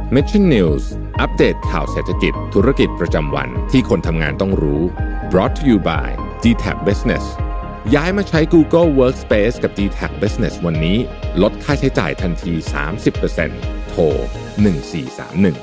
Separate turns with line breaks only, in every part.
Mission News อัปเดตข่าวเศรษฐกิจธุรกิจประจำวันที่คนทำงานต้องรู้ brought to you by DTAC Business ย้ายมาใช้ Google Workspace กับ DTAC Business วันนี้ลดค่าใช้จ่ายทันที 30% โทร 1431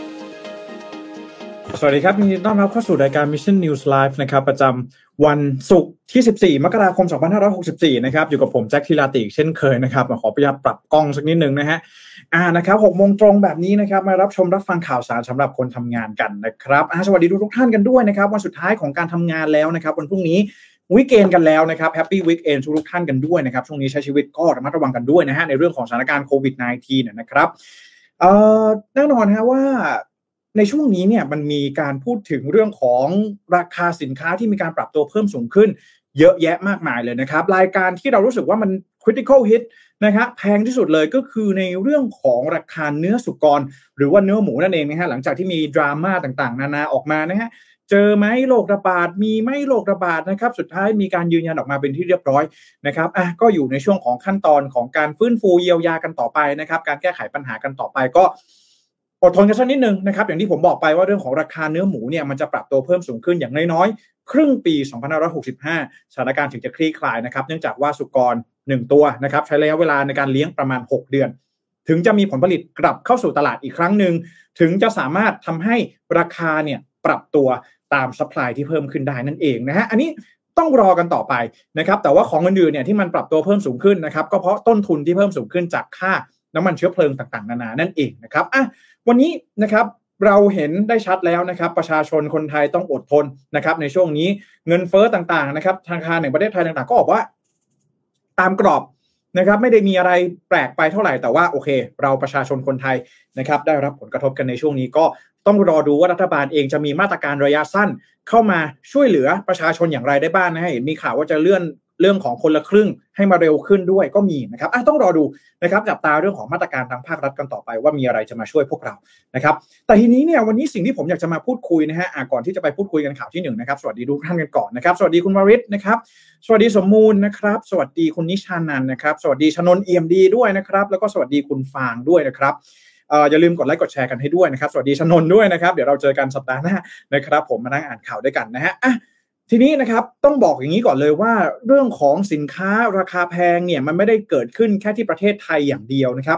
สวัสดีครับยินดีต้อนรับเข้าสู่รายการ Mission News Live นะครับประจำวันศุกร์ที่14มกราคม2564นะครับอยู่กับผมแจ็คทีลาติเช่นเคยนะครับขอพยายามปรับกล้องสักนิดนึงนะฮะนะครับ 6:00 นตรงแบบนี้นะครับมารับชมรับฟังข่าวสารสำหรับคนทำงานกันนะครับสวัสดีทุกท่านกันด้วยนะครับวันสุดท้ายของการทำงานแล้วนะครับวันพรุ่งนี้วีคเอนด์กันแล้วนะครับแฮปปี้วีคเอนด์ทุกท่านกันด้วยนะครับช่วงนี้ใช้ชีวิตก็ระมัดระวังกันด้วยนะฮะในเรื่องของสถานการณ์โควิด -19 นะครับแน่นอนฮะว่าในช่วงนี้เนี่ยมันมีการพูดถึงเรื่องของราคาสินค้าที่มีการปรับตัวเพิ่มสูงขึ้นเยอะแยะมากมายเลยนะครับรายการที่เรารู้สึกว่ามัน critical hit นะครับแพงที่สุดเลยก็คือในเรื่องของราคาเนื้อสุกรหรือว่าเนื้อหมูนั่นเองนะฮะหลังจากที่มีดราม่าต่างๆนานาออกมานะฮะเจอไหมโรคระบาดมีไหมโรคระบาดนะครับสุดท้ายมีการยืนยันออกมาเป็นที่เรียบร้อยนะครับก็อยู่ในช่วงของขั้นตอนของการฟื้นฟูเยียวยากันต่อไปนะครับการแก้ไขปัญหากันต่อไปก็อดทนกันสักนิดนึงนะครับอย่างที่ผมบอกไปว่าเรื่องของราคาเนื้อหมูเนี่ยมันจะปรับตัวเพิ่มสูงขึ้นอย่างน้อยๆครึ่งปี2565สถานการณ์ถึงจะคลี่คลายนะครับเนื่องจากว่าสุกร1ตัวนะครับใช้ระยะเวลาในการเลี้ยงประมาณ6เดือนถึงจะมีผลผลิตกลับเข้าสู่ตลาดอีกครั้งนึงถึงจะสามารถทำให้ราคาเนี่ยปรับตัวตามซัพพลายที่เพิ่มขึ้นได้นั่นเองนะฮะอันนี้ต้องรอกันต่อไปนะครับแต่ว่าของอื่นๆเนี่ยที่มันปรับตัวเพิ่มสูงขึ้นนะครับก็เพราะต้นทุนที่เพิ่มสูงขึ้นจากค่าน้ำมันเชื้อเพลิงต่างๆนานานั่นเองนะครับวันนี้นะครับเราเห็นได้ชัดแล้วนะครับประชาชนคนไทยต้องอดทนนะครับในช่วงนี้เงินเฟ้อต่างๆนะครับธนาคารแห่งประเทศไทยต่างๆก็บอกว่าตามกรอบนะครับไม่ได้มีอะไรแปลกไปเท่าไหร่แต่ว่าโอเคเราประชาชนคนไทยนะครับได้รับผลกระทบกันในช่วงนี้ก็ต้องรอดูว่ารัฐบาลเองจะมีมาตรการระยะสั้นเข้ามาช่วยเหลือประชาชนอย่างไรได้บ้างนะฮะเห็นมีข่าวว่าจะเลื่อนเรื่องของคนละครึ่งให้มาเร็วขึ้นด้วยก็มีนะครับต้องรอดูนะครับจับตาเรื่องของมาตรการทางภาครัฐกันต่อไปว่ามีอะไรจะมาช่วยพวกเรานะครับแต่ทีนี้เนี่ยวันนี้สิ่งที่ผมอยากจะมาพูดคุยนะฮะก่อนที่จะไปพูดคุยกันข่าวที่1นะครับสวัสดีทุกท่านกันก่อนนะครับสวัสดีคุณวริศนะครับสวัสดีสมมูลนะครับสวัสดีคุณนิชานันท์นะครับสวัสดีชนนท์EMDด้วยนะครับแล้วก็สวัสดีคุณฟางด้วยนะครับอย่าลืมกดไลค์กดแชร์กันให้ด้วยนะครับสวัสดีชนนท์ด้วยนะครับเดี๋ยวเราเจอกันสัปดาห์หน้านะครับผมมานั่งอ่านข่าวด้วยกันนะฮะทีนี้นะครับต้องบอกอย่างนี้ก่อนเลยว่าเรื่องของสินค้าราคาแพงเนี่ยมันไม่ได้เกิดขึ้นแค่ที่ประเทศไทยอย่างเดียวนะครับ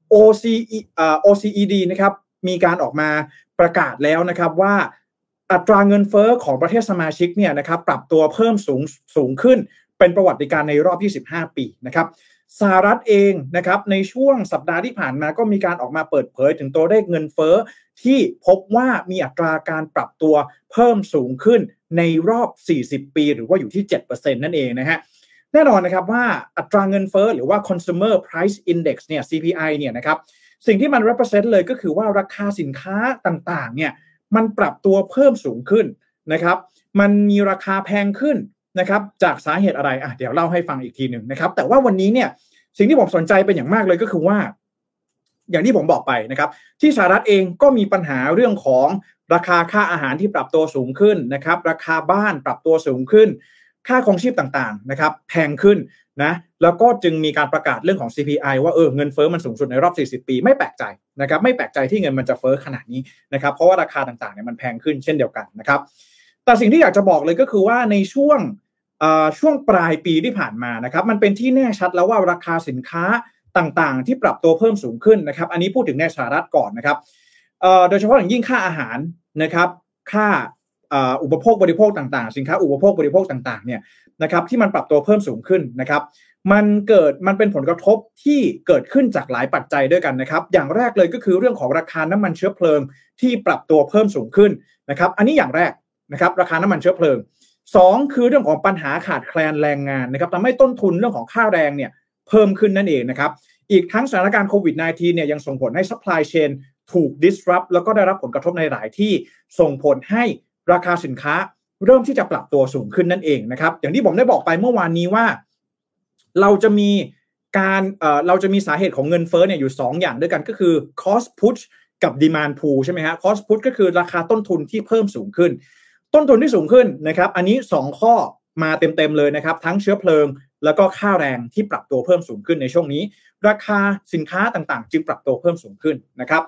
OECD นะครับมีการออกมาประกาศแล้วนะครับว่าอัตราเงินเฟ้อของประเทศสมาชิกเนี่ยนะครับปรับตัวเพิ่มสูงขึ้นเป็นประวัติการณ์ในรอบ25ปีนะครับสหรัฐเองนะครับในช่วงสัปดาห์ที่ผ่านมาก็มีการออกมาเปิดเผยถึงตัวเลขเงินเฟ้อที่พบว่ามีอัตราการปรับตัวเพิ่มสูงขึ้นในรอบ40ปีหรือว่าอยู่ที่ 7% นั่นเองนะฮะแน่นอนนะครับว่าอัตราเงินเฟ้อหรือว่า Consumer Price Index เนี่ย CPI เนี่ยนะครับสิ่งที่มัน represent เลยก็คือว่าราคาสินค้าต่างๆเนี่ยมันปรับตัวเพิ่มสูงขึ้นนะครับมันมีราคาแพงขึ้นนะครับจากสาเหตุอะไรเดี๋ยวเล่าให้ฟังอีกทีหนึ่งนะครับแต่ว่าวันนี้เนี่ยสิ่งที่ผมสนใจเป็นอย่างมากเลยก็คือว่าอย่างที่ผมบอกไปนะครับที่สหรัฐเองก็มีปัญหาเรื่องของราคาค่าอาหารที่ปรับตัวสูงขึ้นนะครับราคาบ้านปรับตัวสูงขึ้นค่าครองชีพต่างๆนะครับแพงขึ้นนะแล้วก็จึงมีการประกาศเรื่องของ CPI ว่าเงินเฟ้อมันสูงสุดในรอบ40ปีไม่แปลกใจนะครับไม่แปลกใจที่เงินมันจะเฟ้อขนาดนี้นะครับเพราะว่าราคาต่างๆเนี่ยมันแพงขึ้นเช่นเดียวกันนะครับแต่สิ่งที่อยากจะบอกเลยก็คือว่าในช่วงปลายปีที่ผ่านมานะครับมันเป็นที่แน่ชัดแล้วว่าราคาสินค้าต่างๆที่ปรับตัวเพิ่มสูงขึ้นนะครับอันนี้พูดถึงในสหรัฐก่อนนะครับโดยเฉพาะอย่างยิ่งค่าอาหารนะครับค่าอุปโภคบริโภคต่างๆสินค้าอุปโภคบริโภคต่างๆเนี่ยนะครับที่มันปรับตัวเพิ่มสูงขึ้นนะครับมันเป็นผลกระทบที่เกิดขึ้นจากหลายปัจจัยด้วยกันนะครับอย่างแรกเลยก็คือเรื่องของราคาน้ำมันเชื้อเพลิงที่ปรับตัวเพิ่มสูงขึ้นนะครับอันนี้อย่างแรกนะครับราคาน้ำมันเชื้อเพลิง2คือเรื่องของปัญหาขาดแคลนแรงงานนะครับทำให้ต้นทุนเรื่องของค่าแรงเนี่ยเพิ่มขึ้นนั่นเองนะครับอีกทั้งสถานการณ์โควิด -19 เนี่ยยังส่งผลให้ supply chain ถูก disrupt แล้วก็ได้รับผลกระทบในหลายที่ส่งผลให้ราคาสินค้าเริ่มที่จะปรับตัวสูงขึ้นนั่นเองนะครับอย่างที่ผมได้บอกไปเมื่อวานนี้ว่าเราจะมีสาเหตุของเงินเฟ้อเนี่ยอยู่2อย่างด้วยกันก็คือ cost push กับ demand pull ใช่ไหมฮะ cost push ก็คือราคาต้นทุนที่เพิ่มสูงขึ้นต้นทุนที่สูงขึ้นนะครับอันนี้2ข้อมาเต็มๆเลยนะครับทั้งเชื้อเพลิงแล้วก็ค่าแรงที่ปรับตัวเพิ่มสูงขึ้นในช่วงนี้ราคาสินค้าต่างๆจึงปรับตัวเพิ่มสูงขึ้นนะครับ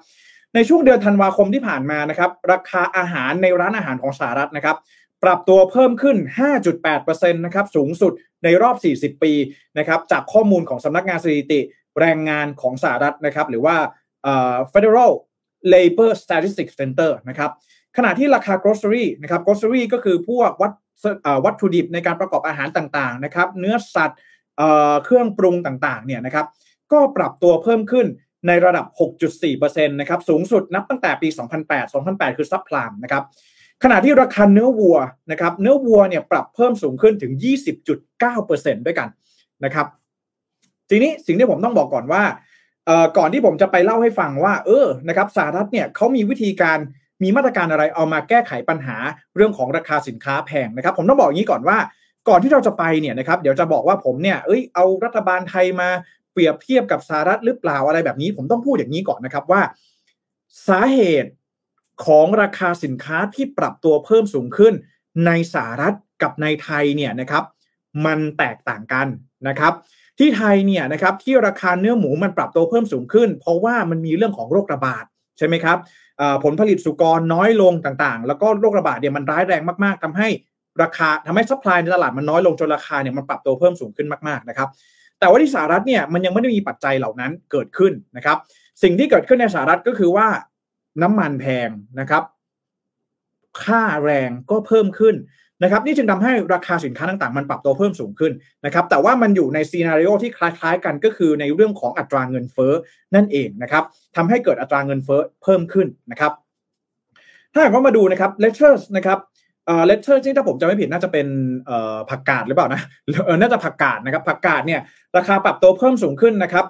ในช่วงเดือนธันวาคมที่ผ่านมานะครับราคาอาหารในร้านอาหารของสหรัฐนะครับปรับตัวเพิ่มขึ้น 5.8% นะครับสูงสุดในรอบ40ปีนะครับจากข้อมูลของสำนักงานสถิติแรงงานของสหรัฐนะครับหรือว่าFederal Labor Statistics Center นะครับขณะที่ราคา grocery นะครับ grocery ก็คือพวกวัตถุดิบในการประกอบอาหารต่างๆนะครับเนื้อสัตว์เครื่องปรุงต่างๆเนี่ยนะครับก็ปรับตัวเพิ่มขึ้นในระดับ 6.4% นะครับสูงสุดนับตั้งแต่ปี 2008 คือซับไพรม์นะครับขณะที่ราคาเนื้อวัวนะครับเนื้อวัวเนี่ยปรับเพิ่มสูงขึ้นถึง 20.9% ด้วยกันนะครับทีนี้สิ่งที่ผมต้องบอกก่อนว่าก่อนที่ผมจะไปเล่าให้ฟังว่านะครับสหรัฐเนี่ยเขามีวิธีการมีมาตรการอะไรเอามาแก้ไขปัญหาเรื่องของราคาสินค้าแพงนะครับผมต้องบอกอย่างนี้ก่อนว่าก่อนที่เราจะไปเนี่ยนะครับเดี๋ยวจะบอกว่าผมเนี่ยเอารัฐบาลไทยมาเปรียบเทียบกับสหรัฐหรือเปล่าอะไรแบบนี้ผมต้องพูดอย่างนี้ก่อนนะครับว่าสาเหตุของราคาสินค้าที่ปรับตัวเพิ่มสูงขึ้นในสหรัฐกับในไทยเนี่ยนะครับมันแตกต่างกันนะครับที่ไทยเนี่ยนะครับที่ราคาเนื้อหมูมันปรับตัวเพิ่มสูงขึ้นเพราะว่ามันมีเรื่องของโรคระบาดใช่ไหมครับผลผลิตสุกรน้อยลงต่างๆแล้วก็โรคระบาดเนี่ยมันร้ายแรงมากๆทำให้ซัพพลายในตลาดมันน้อยลงจนราคาเนี่ยมันปรับตัวเพิ่มสูงขึ้นมากๆนะครับแต่ว่าที่สหรัฐเนี่ยมันยังไม่ได้มีปัจจัยเหล่านั้นเกิดขึ้นนะครับสิ่งที่เกิดขึ้นในสหรัฐก็คือว่าน้ำมันแพงนะครับค่าแรงก็เพิ่มขึ้นนะครับนี่จึงทำให้ราคาสินค้าต่างๆมันปรับตัวเพิ่มสูงขึ้นนะครับแต่ว่ามันอยู่ในซีนาริโอที่คล้ายๆกันก็คือในเรื่องของอัตราเงินเฟ้อนั่นเองนะครับทำให้เกิดอัตราเงินเฟ้อเพิ่มขึ้นนะครับถ้าหากว่ามาดูนะครับ Lettuce นะครับLettuce ที่ถ้าผมจำไม่ผิดน่าจะเป็นผักกาดหรือเปล่านะน่าจะผักกาดนะครับผักกาดเนี่ยราคาปรับตัวเพิ่มสูงขึ้นนะครับ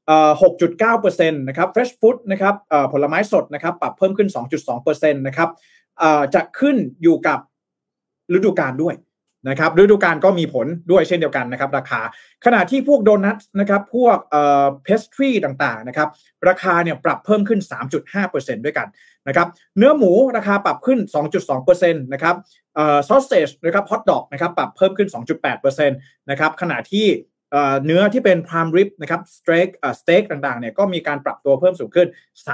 6.9% นะครับ Fresh Food นะครับผลไม้สดนะครับปรับเพิ่มขึ้น 2.2% นะครับจะขึ้นอยู่กับฤดูกาลด้วยนะครับฤดูกาลก็มีผลด้วยเช่นเดียวกันนะครับราคาขณะที่พวกโดนัทนะครับพวกเพสทรีต่างๆนะครับราคาเนี่ยปรับเพิ่มขึ้น 3.5% ด้วยกันนะครับเนื้อหมูราคาปรับขึ้น 2.2% นะครับซอสเซจนะครับฮอทดอกนะครับปรับเพิ่มขึ้น 2.8% นะครับขณะที่เนื้อที่เป็นพรามริบนะครับสเต็กต่างๆเนี่ยก็มีการปรับตัวเพิ่มสูงขึ้น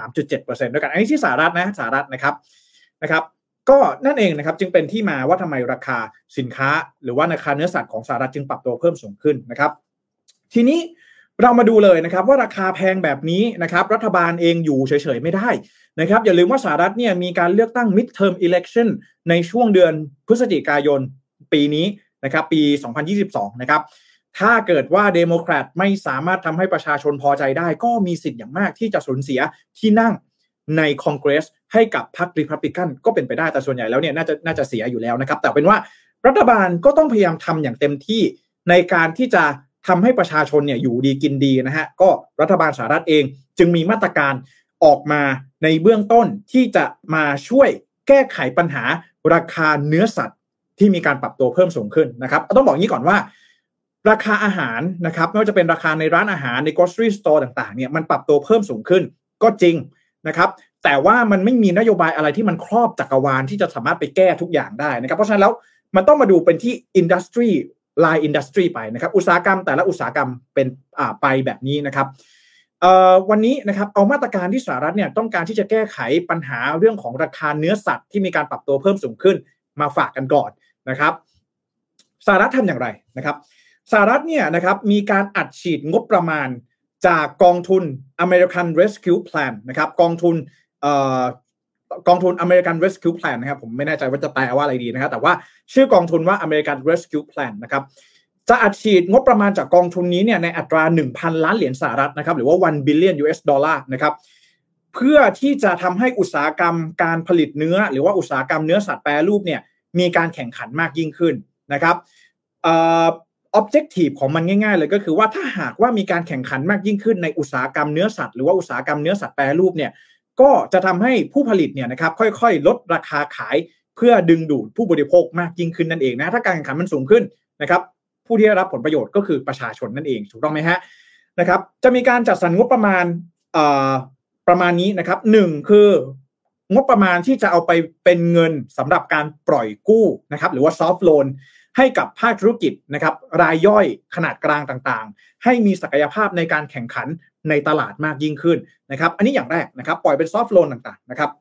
3.7% ด้วยกันอันนี้ที่สหรัฐนะครับก็นั่นเองนะครับจึงเป็นที่มาว่าทำไมราคาสินค้าหรือว่าราคาเนื้อสัตว์ของสหรัฐจึงปรับตัวเพิ่มสูงขึ้นนะครับทีนี้เรามาดูเลยนะครับว่าราคาแพงแบบนี้นะครับรัฐบาลเองอยู่เฉยๆไม่ได้นะครับอย่าลืมว่าสหรัฐเนี่ยมีการเลือกตั้ง midterm election ในช่วงเดือนพฤศจิกายนปีนี้นะครับปี 2022 นะครับถ้าเกิดว่าเดโมแครตไม่สามารถทำให้ประชาชนพอใจได้ก็มีสิทธิ์อย่างมากที่จะสูญเสียที่นั่งในคอนเกรสให้กับพรรครีพับลิกันก็เป็นไปได้แต่ส่วนใหญ่แล้วเนี่ยน่าจะเสียอยู่แล้วนะครับแต่เป็นว่ารัฐบาลก็ต้องพยายามทำอย่างเต็มที่ในการที่จะทำให้ประชาชนเนี่ยอยู่ดีกินดีนะฮะก็รัฐบาลสหรัฐเองจึงมีมาตรการออกมาในเบื้องต้นที่จะมาช่วยแก้ไขปัญหาราคาเนื้อสัตว์ที่มีการปรับตัวเพิ่มสูงขึ้นนะครับต้องบอกอย่างนี้ก่อนว่าราคาอาหารนะครับไม่ว่าจะเป็นราคาในร้านอาหารใน grocery store ต่างๆเนี่ยมันปรับตัวเพิ่มสูงขึ้นก็จริงนะครับแต่ว่ามันไม่มีนโยบายอะไรที่มันครอบจักรวาลที่จะสามารถไปแก้ทุกอย่างได้นะครับเพราะฉะนั้นแล้วมันต้องมาดูเป็นที่ industry line industry ไปนะครับอุตสาหกรรมแต่ละอุตสาหกรรมเป็นไปแบบนี้นะครับวันนี้นะครับเอามาตรการที่สหรัฐเนี่ยต้องการที่จะแก้ไขปัญหาเรื่องของราคาเนื้อสัตว์ที่มีการปรับตัวเพิ่มสูงขึ้นมาฝากกันก่อนนะครับสหรัฐทำอย่างไรนะครับสหรัฐเนี่ยนะครับมีการอัดฉีดงบประมาณจากกองทุน American Rescue Plan นะครับกองทุนAmerican Rescue Plan นะครับผมไม่แน่ใจว่าจะแปลว่าอะไรดีนะครับแต่ว่าชื่อกองทุนว่า American Rescue Plan นะครับจะอัดฉีดงบประมาณจากกองทุนนี้เนี่ยในอัตรา 1,000 ล้านเหรียญสหรัฐนะครับหรือว่า1 billion US dollar นะครับเพื่อที่จะทำให้อุตสาหกรรมการผลิตเนื้อหรือว่าอุตสาหกรรมเนื้อสัตว์แปรรูปเนี่ยมีการแข่งขันมากยิ่งขึ้นนะครับobjective ของมันง่ายๆเลยก็คือว่าถ้าหากว่ามีการแข่งขันมากยิ่งขึ้นในอุตสาหกรรมเนื้อสัตว์หรือว่าอุตสาหกรรมเนื้อสัตว์แปรรูปเนี่ยก็จะทำให้ผู้ผลิตเนี่ยนะครับค่อยๆลดราคาขายเพื่อดึงดูดผู้บริโภคมากยิ่งขึ้นนั่นเองนะถ้าการแข่งขันมันสูงขึ้นนะครับผู้ที่ได้รับผลประโยชน์ก็คือประชาชนนั่นเองถูกต้องไหมฮะนะครับจะมีการจัดสรรงบประมาณประมาณนี้นะครับ1คืองบประมาณที่จะเอาไปเป็นเงินสำหรับการปล่อยกู้นะครับหรือว่า soft loanให้กับภาคธุรกิจนะครับรายย่อยขนาดกลางต่างๆให้มีศักยภาพในการแข่งขันในตลาดมากยิ่งขึ้นนะครับอันนี้อย่างแรกนะครับปล่อยเป็นซอฟท์โลนต่างๆนะครับ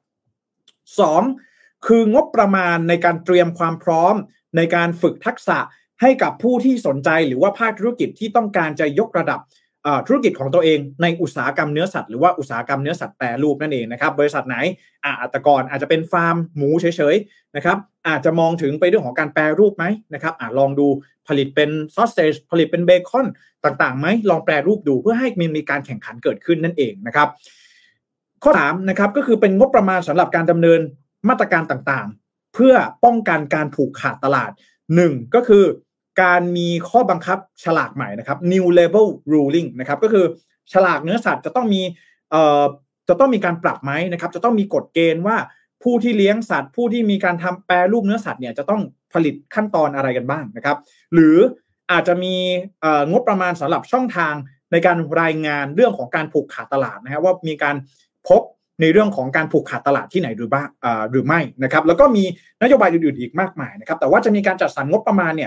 2คืองบประมาณในการเตรียมความพร้อมในการฝึกทักษะให้กับผู้ที่สนใจหรือว่าภาคธุรกิจที่ต้องการจะยกระดับธุรกิจของตัวเองในอุตสาหกรรมเนื้อสัตว์หรือว่าอุตสาหกรรมเนื้อสัตว์แปรรูปนั่นเองนะครับบริษัทไหนแต่ก่อนอาจจะเป็นฟาร์มหมูเฉยๆนะครับอาจจะมองถึงไปเรื่องของการแปรรูปไหมนะครับลองดูผลิตเป็นซอสเซจผลิตเป็นเบคอนต่างๆไหมลองแปรรูปดูเพื่อให้มีการแข่งขันเกิดขึ้นนั่นเองนะครับข้อ3นะครับก็คือเป็นงบประมาณสำหรับการดำเนินมาตรการต่างๆเพื่อป้องกันการผูกขาดตลาด1ก็คือการมีข้อบังคับฉลากใหม่นะครับ New Label Ruling นะครับก็คือฉลากเนื้อสัตว์จะต้องมีการปรับไหมนะครับจะต้องมีกฎเกณฑ์ว่าผู้ที่เลี้ยงสัตว์ผู้ที่มีการทำแปรรูปเนื้อสัตว์เนี่ยจะต้องผลิตขั้นตอนอะไรกันบ้างนะครับหรืออาจจะมีงบประมาณสำหรับช่องทางในการรายงานเรื่องของการผูกขาดตลาดนะฮะว่ามีการพบในเรื่องของการผูกขาดตลาดที่ไหนหรือบ้างหรือไม่นะครับแล้วก็มีนโยบายอื่นๆอีกมากมายนะครับแต่ว่าจะมีการจัดสรรงบประมาณเนี่ย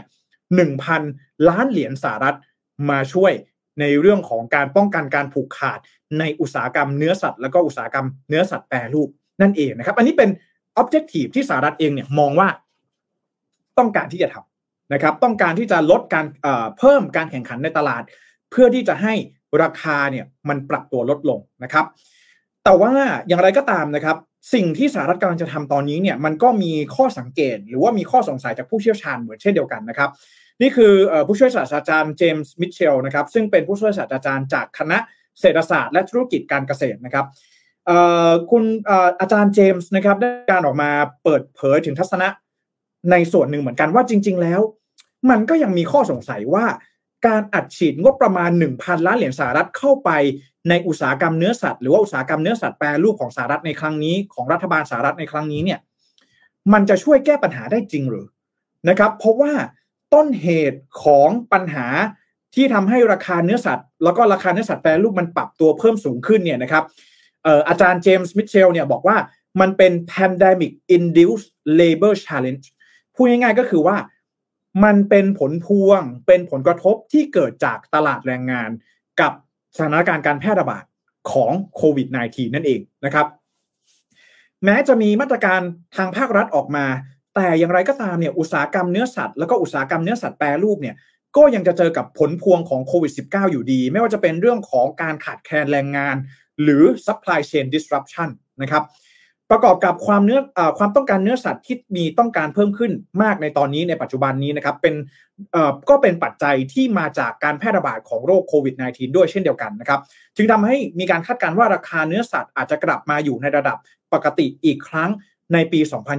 1,000 ล้านเหรียญสหรัฐมาช่วยในเรื่องของการป้องกันการผูกขาดในอุตสาหกรรมเนื้อสัตว์แล้วก็อุตสาหกรรมเนื้อสัตว์แปรรูปนั่นเองนะครับอันนี้เป็น objective ที่สหรัฐเองเนี่ยมองว่าต้องการที่จะทำนะครับต้องการที่จะลดการเพิ่มการแข่งขันในตลาดเพื่อที่จะให้ราคาเนี่ยมันปรับตัวลดลงนะครับแต่ว่าอย่างไรก็ตามนะครับสิ่งที่สหรัฐกำลังจะทำตอนนี้เนี่ยมันก็มีข้อสังเกตหรือว่ามีข้อสงสัยจากผู้เชี่ยวชาญเหมือนเช่นเดียวกันนะครับนี่คือผู้ช่วยศาสตราจารย์เจมส์มิทเชลนะครับซึ่งเป็นผู้ช่วยศาสตราจารย์จากคณะเศรษฐศาสตร์และธุรกิจการเกษตรนะครับคุณอาจารย์เจมส์นะครับได้การออกมาเปิดเผยถึงทัศนะในส่วนหนึ่งเหมือนกันว่าจริงๆแล้วมันก็ยังมีข้อสงสัยว่าการอัดฉีดงบประมาณ 1,000 ล้านเหรียญสหรัฐเข้าไปในอุตสาหกรรมเนื้อสัตว์หรือว่าอุตสาหกรรมเนื้อสัตว์แปรรูปของสหรัฐในครั้งนี้ของรัฐบาลสหรัฐในครั้งนี้เนี่ยมันจะช่วยแก้ปัญหาได้จริงหรือนะครับเพราะว่าต้นเหตุของปัญหาที่ทำให้ราคาเนื้อสัตว์แล้วก็ราคาเนื้อสัตว์แปรรูปมันปรับตัวเพิ่มสูงขึ้นเนี่ยนะครับอาจารย์เจมส์มิทเชลเนี่ยบอกว่ามันเป็น pandemic induced labor challenge พูดง่ายๆก็คือว่ามันเป็นผลพวงเป็นผลกระทบที่เกิดจากตลาดแรงงานกับสถานการณ์การแพร่ระบาดของโควิด -19 นั่นเองนะครับแม้จะมีมาตรการทางภาครัฐออกมาแต่อย่างไรก็ตามเนี่ยอุตสาหกรรมเนื้อสัตว์แล้วก็อุตสาหกรรมเนื้อสัตว์แปรรูปเนี่ยก็ยังจะเจอกับผลพวงของโควิด -19 อยู่ดีไม่ว่าจะเป็นเรื่องของการขาดแคลนแรงงานหรือ supply chain disruption นะครับประกอบกับความต้องการเนื้อสัตว์ที่มีต้องการเพิ่มขึ้นมากในตอนนี้ในปัจจุบันนี้นะครับก็เป็นปัจจัยที่มาจากการแพร่ระบาดของโรคโควิด -19 ด้วยเช่นเดียวกันนะครับจึงทำให้มีการคาดการณ์ว่าราคาเนื้อสัตว์อาจจะกลับมาอยู่ในระดับปกติอีกครั้งในปี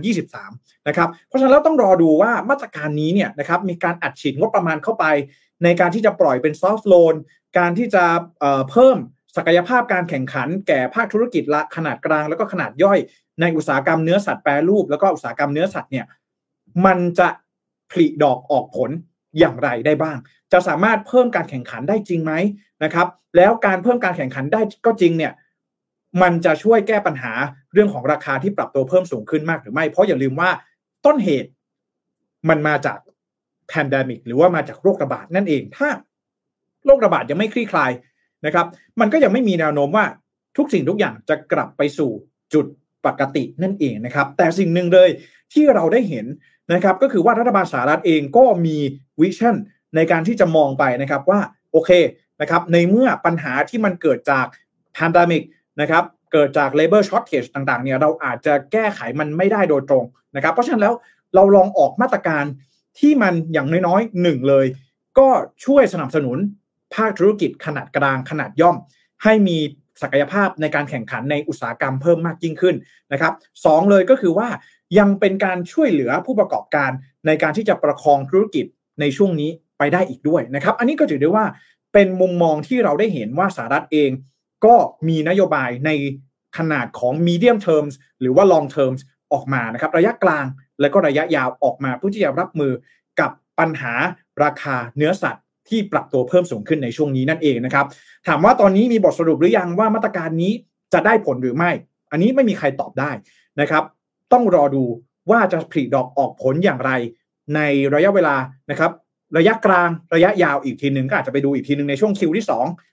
2023 นะครับเพราะฉะนั้นเราต้องรอดูว่ามาตรการนี้เนี่ยนะครับมีการอัดฉีดงบประมาณเข้าไปในการที่จะปล่อยเป็นซอฟท์โลนการที่จะเพิ่มศักยภาพการแข่งขันแก่ภาคธุรกิจละขนาดกลางแล้วก็ขนาดย่อยในอุตสาหกรรมเนื้อสัตว์แปรรูปแล้วก็อุตสาหกรรมเนื้อสัตว์เนี่ยมันจะผลิดอกออกผลอย่างไรได้บ้างจะสามารถเพิ่มการแข่งขันได้จริงไหมนะครับแล้วการเพิ่มการแข่งขันได้ก็จริงเนี่ยมันจะช่วยแก้ปัญหาเรื่องของราคาที่ปรับตัวเพิ่มสูงขึ้นมากหรือไม่เพราะอย่าลืมว่าต้นเหตุมันมาจากแพนเดมิกหรือว่ามาจากโรคระบาดนั่นเองถ้าโรคระบาดยังไม่คลี่คลายนะครับมันก็ยังไม่มีแนวโน้มว่าทุกสิ่งทุกอย่างจะกลับไปสู่จุดปกตินั่นเองนะครับแต่สิ่งหนึ่งเลยที่เราได้เห็นนะครับก็คือว่ารัฐบาลสหรัฐเองก็มีวิชั่นในการที่จะมองไปนะครับว่าโอเคนะครับในเมื่อปัญหาที่มันเกิดจากแพนเดมิกนะครับเกิดจาก labor shortage ต่างๆเนี่ยเราอาจจะแก้ไขมันไม่ได้โดยตรงนะครับเพราะฉะนั้นแล้วเราลองออกมาตรการที่มันอย่างน้อยๆหนึ่งเลยก็ช่วยสนับสนุนภาคธุรกิจขนาดกลางขนาดย่อมให้มีศักยภาพในการแข่งขันในอุตสาหกรรมเพิ่มมากยิ่งขึ้นนะครับสองเลยก็คือว่ายังเป็นการช่วยเหลือผู้ประกอบการในการที่จะประคองธุรกิจในช่วงนี้ไปได้อีกด้วยนะครับอันนี้ก็ถือได้ว่าเป็นมุมมองที่เราได้เห็นว่าสหรัฐเองก็มีนโยบายในขนาดของ medium terms หรือว่า long terms ออกมานะครับระยะกลางและก็ระยะยาวออกมาเพื่อที่จะรับมือกับปัญหาราคาเนื้อสัตว์ที่ปรับตัวเพิ่มสูงขึ้นในช่วงนี้นั่นเองนะครับถามว่าตอนนี้มีบทสรุปหรือยังว่ามาตรการนี้จะได้ผลหรือไม่อันนี้ไม่มีใครตอบได้นะครับต้องรอดูว่าจะผลิดอกออกผลอย่างไรในระยะเวลานะครับระยะกลางระยะยาวอีกทีนึงก็อาจจะไปดูอีกทีนึงในช่วง Q ที่2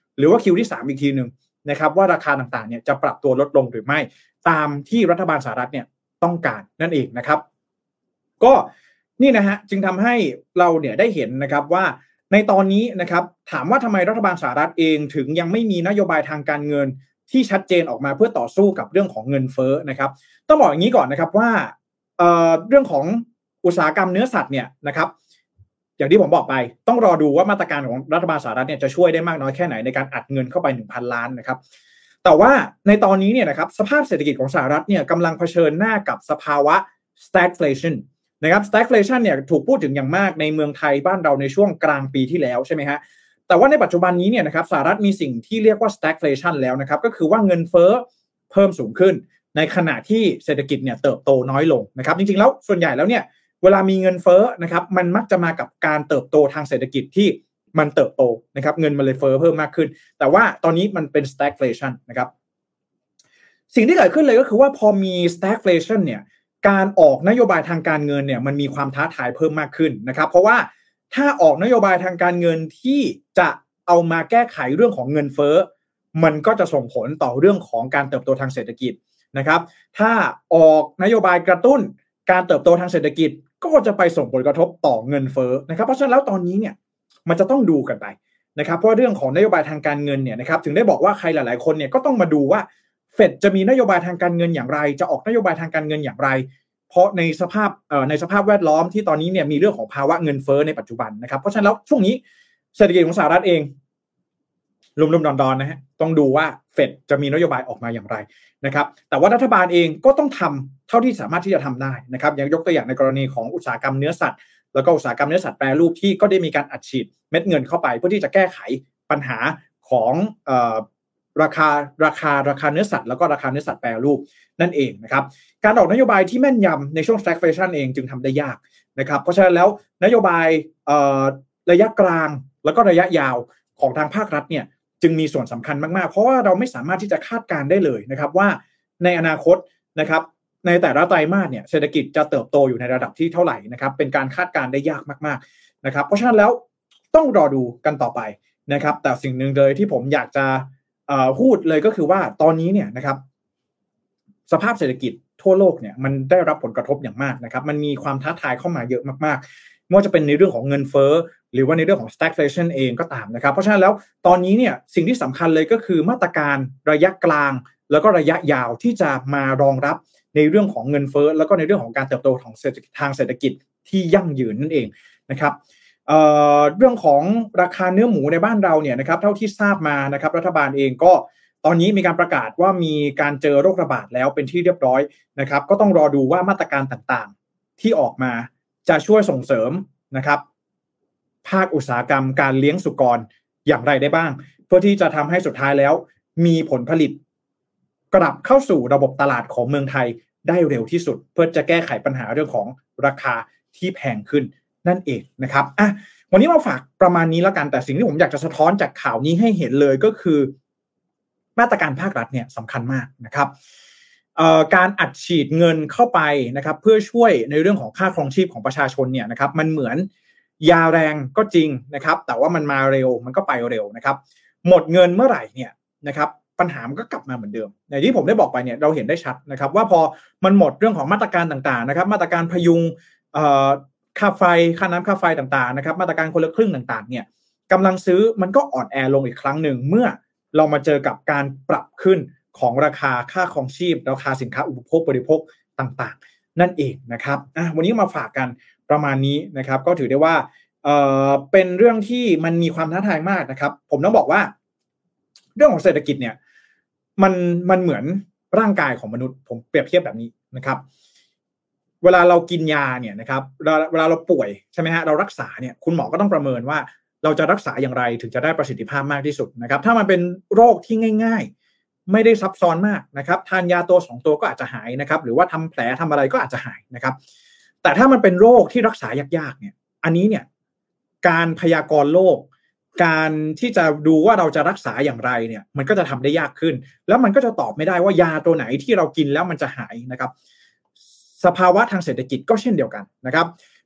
หรือว่า Q ที่3อีกทีนึงนะครับว่าราคาต่างๆเนี่ยจะปรับตัวลดลงหรือไม่ตามที่รัฐบาลสหรัฐเนี่ยต้องการนั่นเองนะครับก็นี่นะฮะจึงทำให้เราเนี่ยได้เห็นนะครับว่าในตอนนี้นะครับถามว่าทำไมรัฐบาลสหรัฐเองถึงยังไม่มีนโยบายทางการเงินที่ชัดเจนออกมาเพื่อต่อสู้กับเรื่องของเงินเฟ้อนะครับต้องบอกอย่างนี้ก่อนนะครับว่าเรื่องของอุตสาหกรรมเนื้อสัตว์เนี่ยนะครับอย่างที่ผมบอกไปต้องรอดูว่ามาตรการของรัฐบาลสหรัฐเนี่ยจะช่วยได้มากน้อยแค่ไหนในการอัดเงินเข้าไป 1,000 ล้านนะครับแต่ว่าในตอนนี้เนี่ยนะครับสภาพเศรษฐกิจของสหรัฐเนี่ยกำลังเผชิญหน้ากับสภาวะ stagflation นะครับ stagflation เนี่ยถูกพูดถึงอย่างมากในเมืองไทยบ้านเราในช่วงกลางปีที่แล้วใช่ไหมฮะแต่ว่าในปัจจุบันนี้เนี่ยนะครับสหรัฐมีสิ่งที่เรียกว่า stagflation แล้วนะครับก็คือว่าเงินเฟ้อเพิ่มสูงขึ้นในขณะที่เศรษฐกิจเนี่ยเติบโตน้อยลงนะครับจริงๆแล้วส่วนใหญ่แล้วเนี่ยเวลามีเงินเฟ้อนะครับมันมักจะมากับการเติบโตทางเศรษฐกิจที่มันเติบโตนะครับเงินมันเลยเฟ้อเพิ่มมากขึ้นแต่ว่าตอนนี้มันเป็น stagflation นะครับสิ่งที่เกิดขึ้นเลยก็คือว่าพอมี stagflation เนี่ยการออกนโยบายทางการเงินเนี่ยมันมีความท้าทายเพิ่มมากขึ้นนะครับเพราะว่าถ้าออกนโยบายทางการเงินที่จะเอามาแก้ไขเรื่องของเงินเฟ้อมันก็จะส่งผลต่อเรื่องของการเติบโตทางเศรษฐกิจนะครับถ้าออกนโยบายกระตุ้นการเติบโตทางเศรษฐกิจก็จะไปส่งผลกระทบต่อเงินเฟ้อนะครับเพราะฉะนั้นแล้วตอนนี้เนี่ยมันจะต้องดูกันไปนะครับเพราะเรื่องของนโยบายทางการเงินเนี่ยนะครับถึงได้บอกว่าใครหลายๆคนเนี่ยก็ต้องมาดูว่าเฟดจะมีนโยบายทางการเงินอย่างไรจะออกนโยบายทางการเงินอย่างไรเพราะในสภาพแวดล้อมที่ตอนนี้เนี่ยมีเรื่องของภาวะเงินเฟ้อในปัจจุบันนะครับเพราะฉะนั้นแล้วช่วงนี้เศรษฐกิจของสหรัฐเองลุ่มๆดอนๆนะฮะต้องดูว่าเฟดจะมีนโยบายออกมาอย่างไรนะครับแต่ว่ารัฐบาลเองก็ต้องทำเท่าที่สามารถที่จะทำได้นะครับอย่างยกตัวอย่างในกรณีของอุตสาหกรรมเนื้อสัตว์แล้วก็อุตสาหกรรมเนื้อสัตว์แปรรูปที่ก็ได้มีการอัดฉีดเม็ดเงินเข้าไปเพื่อที่จะแก้ไขปัญหาของราคาเนื้อสัตว์แล้วก็ราคาเนื้อสัตว์แปรรูปนั่นเองนะครับการออกนโยบายที่แม่นยำในช่วง stagflation เองจึงทำได้ยากนะครับเพราะฉะนั้นแล้วนโยบายระยะกลางแล้วก็ระยะยาวของทางภาครัฐเนี่ยจึงมีส่วนสำคัญมากๆเพราะว่าเราไม่สามารถที่จะคาดการณ์ได้เลยนะครับว่าในอนาคตนะครับในแต่ละไตรมาสเนี่ยเศรษฐกิจจะเติบโตอยู่ในระดับที่เท่าไหร่นะครับเป็นการคาดการณ์ได้ยากมากๆนะครับเพราะฉะนั้นแล้วต้องรอดูกันต่อไปนะครับแต่สิ่งหนึ่งเลยที่ผมอยากจะพูดเลยก็คือว่าตอนนี้เนี่ยนะครับสภาพเศรษฐกิจทั่วโลกเนี่ยมันได้รับผลกระทบอย่างมากนะครับมันมีความท้าทายเข้ามาเยอะมากๆไม่ว่าจะเป็นในเรื่องของเงินเฟ้อหรือว่าในเรื่องของ stagflation เองก็ตามนะครับเพราะฉะนั้นแล้วตอนนี้เนี่ยสิ่งที่สำคัญเลยก็คือมาตรการระยะกลางแล้วก็ระยะยาวที่จะมารองรับในเรื่องของเงินเฟ้อแล้วก็ในเรื่องของการเติบโตของทางเศรษฐกิจที่ยั่งยืนนั่นเองนะครับเรื่องของราคาเนื้อหมูในบ้านเราเนี่ยนะครับเท่าที่ทราบมานะครับรัฐบาลเองก็ตอนนี้มีการประกาศว่ามีการเจอโรคระบาดแล้วเป็นที่เรียบร้อยนะครับก็ต้องรอดูว่ามาตรการต่างๆที่ออกมาจะช่วยส่งเสริมนะครับภาคอุตสาหกรรมการเลี้ยงสุกรอย่างไรได้บ้างเพื่อที่จะทำให้สุดท้ายแล้วมีผลผลิตกลับเข้าสู่ระบบตลาดของเมืองไทยได้เร็วที่สุดเพื่อจะแก้ไขปัญหาเรื่องของราคาที่แพงขึ้นนั่นเองนะครับวันนี้มาฝากประมาณนี้แล้วกันแต่สิ่งที่ผมอยากจะสะท้อนจากข่าวนี้ให้เห็นเลยก็คือมาตรการภาครัฐเนี่ยสำคัญมากนะครับการอัดฉีดเงินเข้าไปนะครับเพื่อช่วยในเรื่องของค่าครองชีพของประชาชนเนี่ยนะครับมันเหมือนยาแรงก็จริงนะครับแต่ว่ามันมาเร็วมันก็ไปเร็วนะครับหมดเงินเมื่อไหร่เนี่ยนะครับปัญหามันก็กลับมาเหมือนเดิมอย่างที่ผมได้บอกไปเนี่ยเราเห็นได้ชัดนะครับว่าพอมันหมดเรื่องของมาตรการต่างๆนะครับมาตรการพยุงค่าไฟค่าน้ำค่าไฟต่างๆนะครับมาตรการคนละครึ่งต่างๆเนี่ยกำลังซื้อมันก็อ่อนแอลงอีกครั้งหนึ่งเมื่อเรามาเจอกับการปรับขึ้นของราคาค่าครองชีพราคาสินค้าอุปโภคบริโภคต่างๆนั่นเองนะครับวันนี้มาฝากกันประมาณนี้นะครับก็ถือได้ว่าเป็นเรื่องที่มันมีความท้าทายมากนะครับผมต้องบอกว่าเรื่องของเศรษฐกิจเนี่ยมันเหมือนร่างกายของมนุษย์ผมเปรียบเทียบแบบนี้นะครับเวลาเรากินยาเนี่ยนะครับเวลาเราป่วยใช่ไหมฮะเรารักษาเนี่ยคุณหมอก็ต้องประเมินว่าเราจะรักษาอย่างไรถึงจะได้ประสิทธิภาพมากที่สุดนะครับถ้ามันเป็นโรคที่ง่ายๆไม่ได้ซับซ้อนมากนะครับทานยาตัว2ตัวก็อาจจะหายนะครับหรือว่าทำแผลทำอะไรก็อาจจะหายนะครับแต่ถ้ามันเป็นโรคที่รักษายากๆเนี่ยอันนี้เนี่ยการพยากรณ์โรคการที่จะดูว่าเราจะรักษาอย่างไรเนี่ยมันก็จะทำได้ยากขึ้นแล้วมันก็จะตอบไม่ได้ว่ายาตัวไหนที่เรากินแล้วมันจะหายนะครับสภาวะทางเศรษฐกิจก็เช่นเดียวกันนะครับ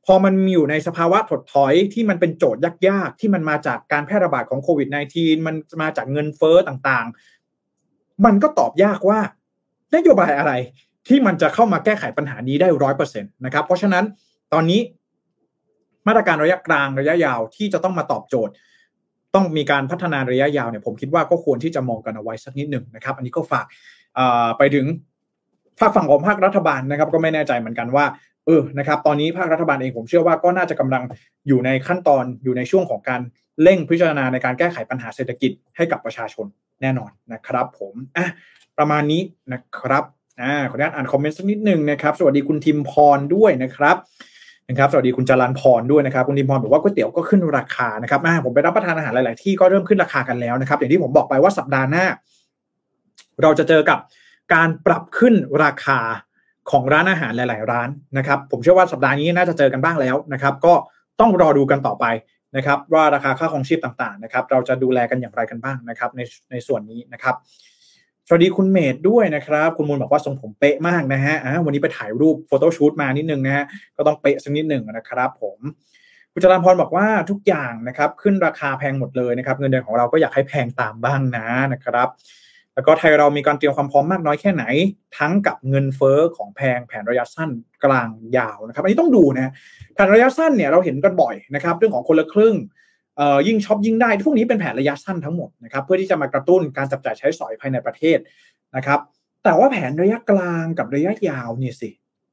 พอมันมีอยู่ในสภาวะถดถอยที่มันเป็นโจทย์ยากๆที่มันมาจากการแพร่ระบาดของโควิด -19 มันมาจากเงินเฟ้อต่างๆมันก็ตอบยากว่านโยบายอะไรที่มันจะเข้ามาแก้ไขปัญหานี้ได้ 100% นะครับเพราะฉะนั้นตอนนี้มาตรการระยะกลางระยะยาวที่จะต้องมาตอบโจทย์ต้องมีการพัฒนาระยะยาวเนี่ยผมคิดว่าก็ควรที่จะมองกันเอาไว้สักนิดหนึ่งนะครับอันนี้ก็ฝากไปถึงฝากฝั่งของภาครัฐบาลนะครับก็ไม่แน่ใจเหมือนกันว่านะครับตอนนี้ภาครัฐบาลเองผมเชื่อว่าก็น่าจะกำลังอยู่ในขั้นตอนอยู่ในช่วงของการเร่งพิจารณาในการแก้ไขปัญหาเศรษฐกิจให้กับประชาชนแน่นอนนะครับผมประมาณนี้นะครับขออนุญาตอ่านคอมเมนต์สักนิดนึงนะครับสวัสดีคุณทิมพรด้วยนะครับสวัสดีคุณจรัญพรด้วยนะครับคุณทิมพรบอกว่าก๋วยเตี๋ยวก็ขึ้นราคานะครับผมไปรับประทานอาหารหลายๆที่ก็เริ่มขึ้นราคากันแล้วนะครับอย่างที่ผมบอกไปว่าสัปดาห์หน้าเราจะเจอกับการปรับขึ้นราคาของร้านอาหารหลายๆร้านนะครับผมเชื่อว่าสัปดาห์นี้น่าจะเจอกันบ้างแล้วนะครับก็ต้องรอดูกันต่อไปนะครับว่าราคาค่าครองชีพต่างๆนะครับเราจะดูแลกันอย่างไรกันบ้างนะครับในส่วนนี้นะครับสวัสดีคุณเมธด้วยนะครับคุณมูลบอกว่าทรงผมเป๊ะมากนะฮะวันนี้ไปถ่ายรูปโฟโต้ชูตมานิดนึงนะฮะก็ต้องเป๊ะสักนิดนึงนะครับผมคุณจรัญพรบอกว่าทุกอย่างนะครับขึ้นราคาแพงหมดเลยนะครับเงินเดือนของเราก็อยากให้แพงตามบ้างนะครับแล้วก็ไทยเรามีการเตรียมความพร้อมมากน้อยแค่ไหนทั้งกับเงินเฟ้อของแพงแผนระยะสั้นกลางยาวนะครับอันนี้ต้องดูนะแผนระยะสั้นเนี่ยเราเห็นกันบ่อยนะครับเรื่องของคนละครึ่งยิ่งช็อปยิ่งได้พวกนี้เป็นแผนระยะสั้นทั้งหมดนะครับเพื่อที่จะมากระตุ้นการจับจ่ายใช้สอยภายในประเทศนะครับแต่ว่าแผนระยะกลางกับระยะยาวนี่สิ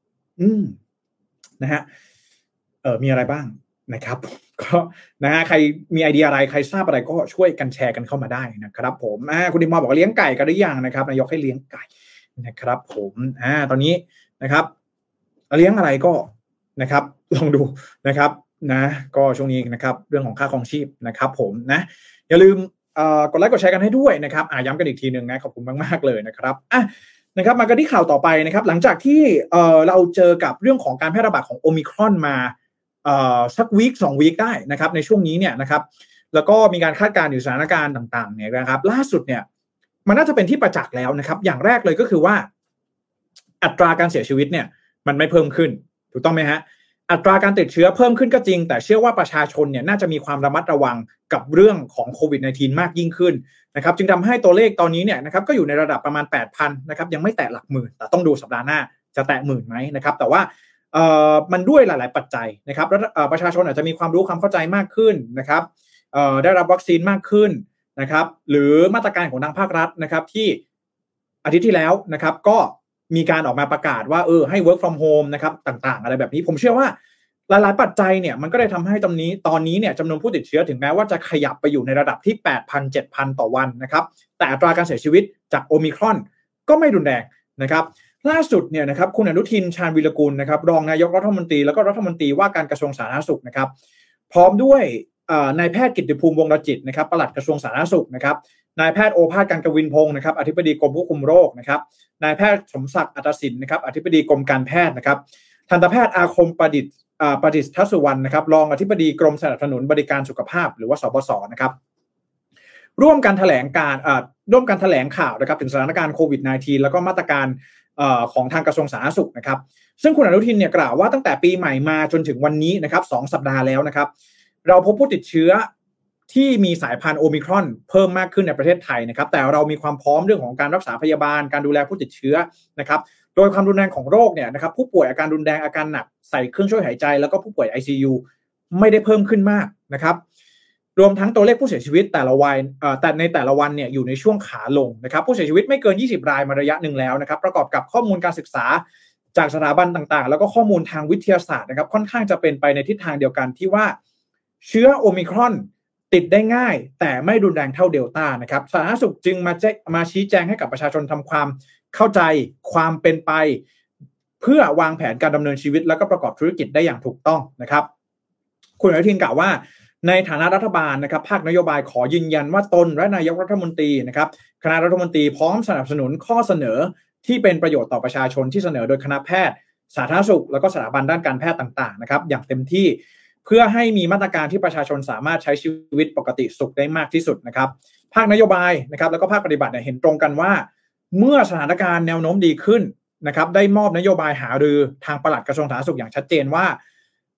นะฮะมีอะไรบ้างนะครับก็นะฮะใครมีไอเดียอะไรใครทราบอะไรก็ช่วยกันแชร์กันเข้ามาได้นะครับผมคุณดิมบอกว่าเลี้ยงไก่กันหรือยังนะครับนายกให้เลี้ยงไก่นะครับผมตอนนี้นะครับเลี้ยงอะไรก็นะครับลองดูนะครับนะก็ช่วงนี้นะครับเรื่องของค่าครองชีพนะครับผมนะอย่าลืมกดไลค์กดแชร์กันให้ด้วยนะครับย้ำกันอีกทีนึงนะขอบคุณมากๆเลยนะครับนะครับมากันที่ข่าวต่อไปนะครับหลังจากที่เราเจอกับเรื่องของการแพร่ระบาดของโอมิครอนมาสักวีค2วีคได้นะครับในช่วงนี้เนี่ยนะครับแล้วก็มีการคาดการณ์อยู่สถานการณ์ต่างๆเนี่ยนะครับล่าสุดเนี่ยมันน่าจะเป็นที่ประจักษ์แล้วนะครับอย่างแรกเลยก็คือว่าอัตราการเสียชีวิตเนี่ยมันไม่เพิ่มขึ้นถูกต้องไหมฮะอัตราการติดเชื้อเพิ่มขึ้นก็จริงแต่เชื่อว่าประชาชนเนี่ยน่าจะมีความระมัดระวังกับเรื่องของโควิด -19 มากยิ่งขึ้นนะครับจึงทำให้ตัวเลขตอนนี้เนี่ยนะครับก็อยู่ในระดับประมาณ 8,000 นะครับยังไม่แตะหลักหมื่นแต่ต้องดูสัปดาห์หน้าจะแตะหมื่นไหมนะครับแต่ว่ามันด้วยหลายๆปัจจัยนะครับประชาชนอาจจะมีความรู้ความเข้าใจมากขึ้นนะครับได้รับวัคซีนมากขึ้นนะครับหรือมาตรการของทางภาครัฐนะครับที่อาทิตย์ที่แล้วนะครับก็มีการออกมาประกาศว่าให้ work from home นะครับต่างๆอะไรแบบนี้ผมเชื่อว่าหลายๆปัจจัยเนี่ยมันก็ได้ทำให้ตอนนี้เนี่ยจำนวนผู้ติดเชื้อถึงแม้ว่าจะขยับไปอยู่ในระดับที่ 8,000 7,000 ต่อวันนะครับแต่อัตราการเสียชีวิตจากโอมิครอนก็ไม่รุนแรงนะครับล่าสุดเนี่ยนะครับคุณอนุทินชาญวีรกุลนะครับรองนายกรัฐมนตรีแล้วก็รัฐมนตรีว่าการกระทรวงสาธารณสุขนะครับพร้อมด้วยนายแพทย์กิตติภูมิวงศ์รจิตนะครับปลัดกระทรวงสาธารณสุขนะครับนายแพทย์โอภาสการกวินพงศ์นะครับอธิบดีกรมควบคุมโรคนะครับนายแพทย์สมศักดิ์อัตสินนะครับอธิบดีกรมการแพทย์นะครับทันตแพทย์อาคมประดิษฐ์ทัศสุวรรณนะครับรองอธิบดีกรมสนับสนุนบริการสุขภาพหรือว่าสบสนะครับร่วมกันแถลงข่าวนะครับถึงสถานการณ์โควิด -19 แล้วก็มาตรการของทางกระทรวงสาธารณสุขนะครับซึ่งคุณอนุทินเนี่ยกล่าวว่าตั้งแต่ปีใหม่มาจนถึงวันนี้นะครับ2สัปดาห์แล้วนะครับเราพบผู้ติดเชื้อที่มีสายพันธุ์โอมิครอนเพิ่มมากขึ้นในประเทศไทยนะครับแต่เรามีความพร้อมเรื่องของการรักษาพยาบาลการดูแลผู้ติดเชื้อนะครับโดยความรุนแรงของโรคเนี่ยนะครับผู้ป่วยอาการรุนแรงอาการหนักใส่เครื่องช่วยหายใจแล้วก็ผู้ป่วย ICU ไม่ได้เพิ่มขึ้นมากนะครับรวมทั้งตัวเลขผู้เสียชีวิตแต่ในแต่ละวันเนี่ยอยู่ในช่วงขาลงนะครับผู้เสียชีวิตไม่เกิน20รายมาระยะหนึ่งแล้วนะครับประกอบกับข้อมูลการศึกษาจากสถาบันต่างๆแล้วก็ข้อมูลทางวิทยาศาสตร์นะครับค่อนข้างจะเป็นไปในทิศทางเดียวกันที่ว่าเชื้อโอมิครอนติดได้ง่ายแต่ไม่รุนแรงเท่าเดลต้านะครับสาธารณสุขจึงมาชี้แจงให้กับประชาชนทำความเข้าใจความเป็นไปเพื่อวางแผนการดำเนินชีวิตแล้วก็ประกอบธุรกิจได้อย่างถูกต้องนะครับคุณอนุทินกล่าวว่าในฐานะรัฐบาลนะครับภาคนโยบายขอยืนยันว่าตนและนายกรัฐมนตรีนะครับคณะรัฐมนตรีพร้อมสนับสนุนข้อเสนอที่เป็นประโยชน์ต่อประชาชนที่เสนอโดยคณะแพทย์สาธารณสุขแล้วก็สถาบันด้านการแพทย์ต่างๆนะครับอย่างเต็มที่เพื่อให้มีมาตรการที่ประชาชนสามารถใช้ชีวิตปกติสุขได้มากที่สุดนะครับภาคนโยบายนะครับแล้วก็ภาคปฏิบัติเห็นตรงกันว่าเมื่อสถานการณ์แนวโน้มดีขึ้นนะครับได้มอบนโยบายหารือทางปลัดกระทรวงสาธารณสุขอย่างชัดเจนว่า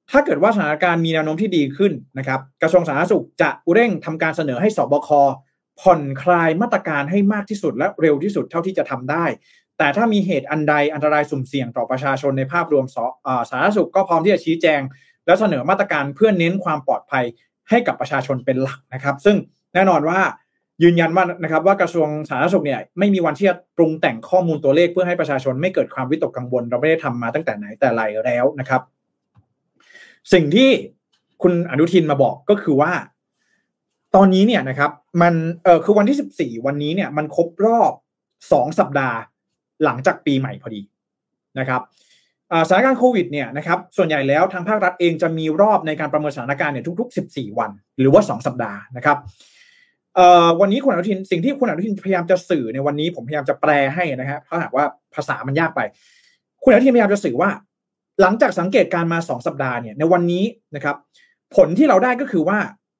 ถ้าเกิดว่าสถานการณ์มีแนวโน้มที่ดีขึ้นนะครับกระทรวงสาธารณสุขจะเร่งทำการเสนอให้สบคผ่อนคลายมาตรการให้มากที่สุดและเร็วที่สุดเท่าที่จะทำได้แต่ถ้ามีเหตุอันใดอันตรายสุ่มเสี่ยงต่อประชาชนในภาพรวมสาธารณสุขก็พร้อมที่จะชี้แจงและเสนอมาตรการเพื่อเน้นความปลอดภัยให้กับประชาชนเป็นหลักนะครับซึ่งแน่นอนว่ายืนยันว่านะครับว่ากระทรวงสาธารณสุขเนี่ยไม่มีวันที่จะปรุงแต่งข้อมูลตัวเลขเพื่อให้ประชาชนไม่เกิดความวิตกกังวลเราไม่ได้ทำมาตั้งแต่ไหนแต่ไรแล้วนะครับสิ่งที่คุณอนุทินมาบอกก็คือว่าตอนนี้เนี่ยนะครับมันคือวันที่14วันนี้เนี่ยมันครบรอบ2สัปดาห์หลังจากปีใหม่พอดีนะครับสถานการณ์โควิดเนี่ยนะครับส่วนใหญ่แล้วทางภาครัฐเองจะมีรอบในการประเมินสถานการณ์เนี่ยทุกๆ14วันหรือว่า2สัปดาห์นะครับวันนี้คุณอนุทินสิ่งที่คุณอนุทินพยายามจะสื่อในวันนี้ผมพยายามจะแปลให้นะครับเพราะหากว่าภาษามันยากไปคุณอนุทินพยายามจะสื่อว่าหลังจากสังเกตการมา2สัปดาห์เนี่ยในวันนี้นะครับผลที่เราได้ก็คือว่า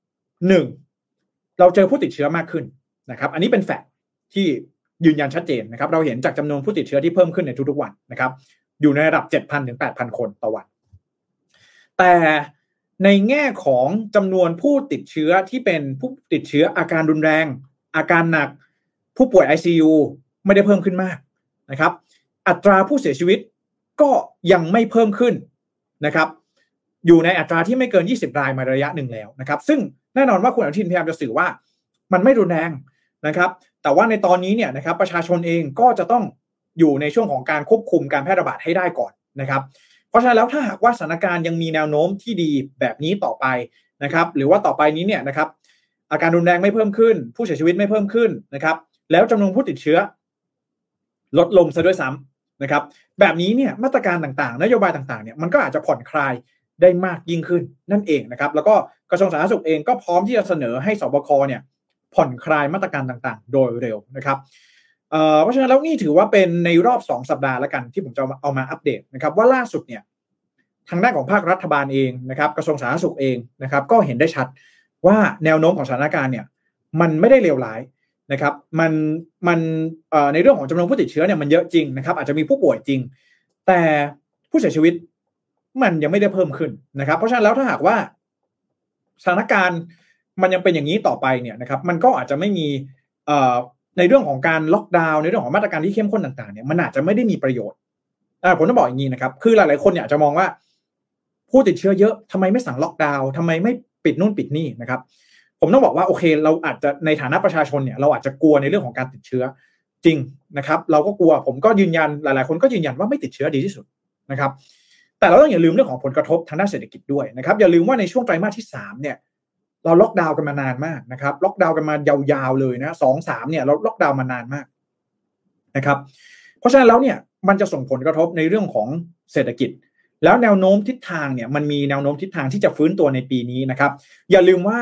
1เราเจอผู้ติดเชื้อมากขึ้นนะครับอันนี้เป็นแฟกต์ที่ยืนยันชัดเจนนะครับเราเห็นจากจำนวนผู้ติดเชื้อที่เพิ่มขึ้นในทุกๆวันนะครับอยู่ในระดับ 7,000 ถึง 8,000 คนต่อวันแต่ในแง่ของจำนวนผู้ติดเชื้อที่เป็นผู้ติดเชื้ออาการรุนแรงอาการหนักผู้ป่วย ICU ไม่ได้เพิ่มขึ้นมากนะครับอัตราผู้เสียชีวิตก็ยังไม่เพิ่มขึ้นนะครับอยู่ในอัตราที่ไม่เกิน20รายมาระยะหนึ่งแล้วนะครับซึ่งแน่นอนว่าคุณอนุทินพยายามจะสื่อว่ามันไม่รุนแรงนะครับแต่ว่าในตอนนี้เนี่ยนะครับประชาชนเองก็จะต้องอยู่ในช่วงของการควบคุมการแพร่ระบาดให้ได้ก่อนนะครับเพราะฉะนั้นแล้วถ้าหากว่าสถานการณ์ยังมีแนวโน้มที่ดีแบบนี้ต่อไปนะครับหรือว่าต่อไปนี้เนี่ยนะครับอาการรุนแรงไม่เพิ่มขึ้นผู้เสียชีวิตไม่เพิ่มขึ้นนะครับแล้วจำนวนผู้ติดเชื้อลดลงซะด้วยซ้ำนะครับแบบนี้เนี่ยมาตรการต่างๆนโยบายต่างๆเนี่ยมันก็อาจจะผ่อนคลายได้มากยิ่งขึ้นนั่นเองนะครับแล้วก็กระทรวงสาธารณสุขเองก็พร้อมที่จะเสนอให้สบคเนี่ยผ่อนคลายมาตรการต่างๆโดยเร็วนะครับเพราะฉะนั้นแล้วนี่ถือว่าเป็นในรอบ2สัปดาห์แล้วกันที่ผมจะเอามาอัปเดตนะครับว่าล่าสุดเนี่ยทางด้านของภาครัฐบาลเองนะครับกระทรวงสาธารณสุขเองนะครับก็เห็นได้ชัดว่าแนวโน้มของสถานการณ์เนี่ยมันไม่ได้เลวร้ายนะครับมันในเรื่องของจำนวนผู้ติดเชื้อเนี่ยมันเยอะจริงนะครับอาจจะมีผู้ป่วยจริงแต่ผู้เสียชีวิตมันยังไม่ได้เพิ่มขึ้นนะครับเพราะฉะนั้นแล้วถ้าหากว่าสถานการณ์มันยังเป็นอย่างนี้ต่อไปเนี่ยนะครับมันก็อาจจะไม่มีในเรื่องของการล็อกดาวน์ในเรื่องของมาตรการที่เข้มข้นต่างๆเนี่ยมันอาจจะไม่ได้มีประโยชน์ผมต้องบอกอย่างนี้นะครับคือหลายๆคนเนี่ยจะมองว่าผู้ติดเชื้อเยอะทำไมไม่สั่งล็อกดาวน์ทำไมไม่ปิดนู่นปิดนี่นะครับผมต้องบอกว่าโอเคเราอาจจะในฐานะประชาชนเนี่ยเราอาจจะกลัวในเรื่องของการติดเชื้อจริงนะครับเราก็กลัวผมก็ยืนยันหลายๆคนก็ยืนยันว่าไม่ติดเชื้อดีที่สุดนะครับแต่เราต้องอย่าลืมเรื่องของผลกระทบทางด้านเศรษฐกิจด้วยนะครับอย่าลืมว่าในช่วงไตรมาสที่3เนี่ยเราล็อกดาวน์กันมานานมากนะครับล็อกดาวน์กันมายาวๆเลยนะ 2-3 เนี่ยเราล็อกดาวน์มานานมากนะครับเพราะฉะนั้นแล้วเนี่ยมันจะส่งผลกระทบในเรื่องของเศรษฐกิจแล้วแนวโน้มทิศทางเนี่ยมันมีแนวโน้มทิศทางที่จะฟื้นตัวในปีนี้นะครับอย่าลืมว่า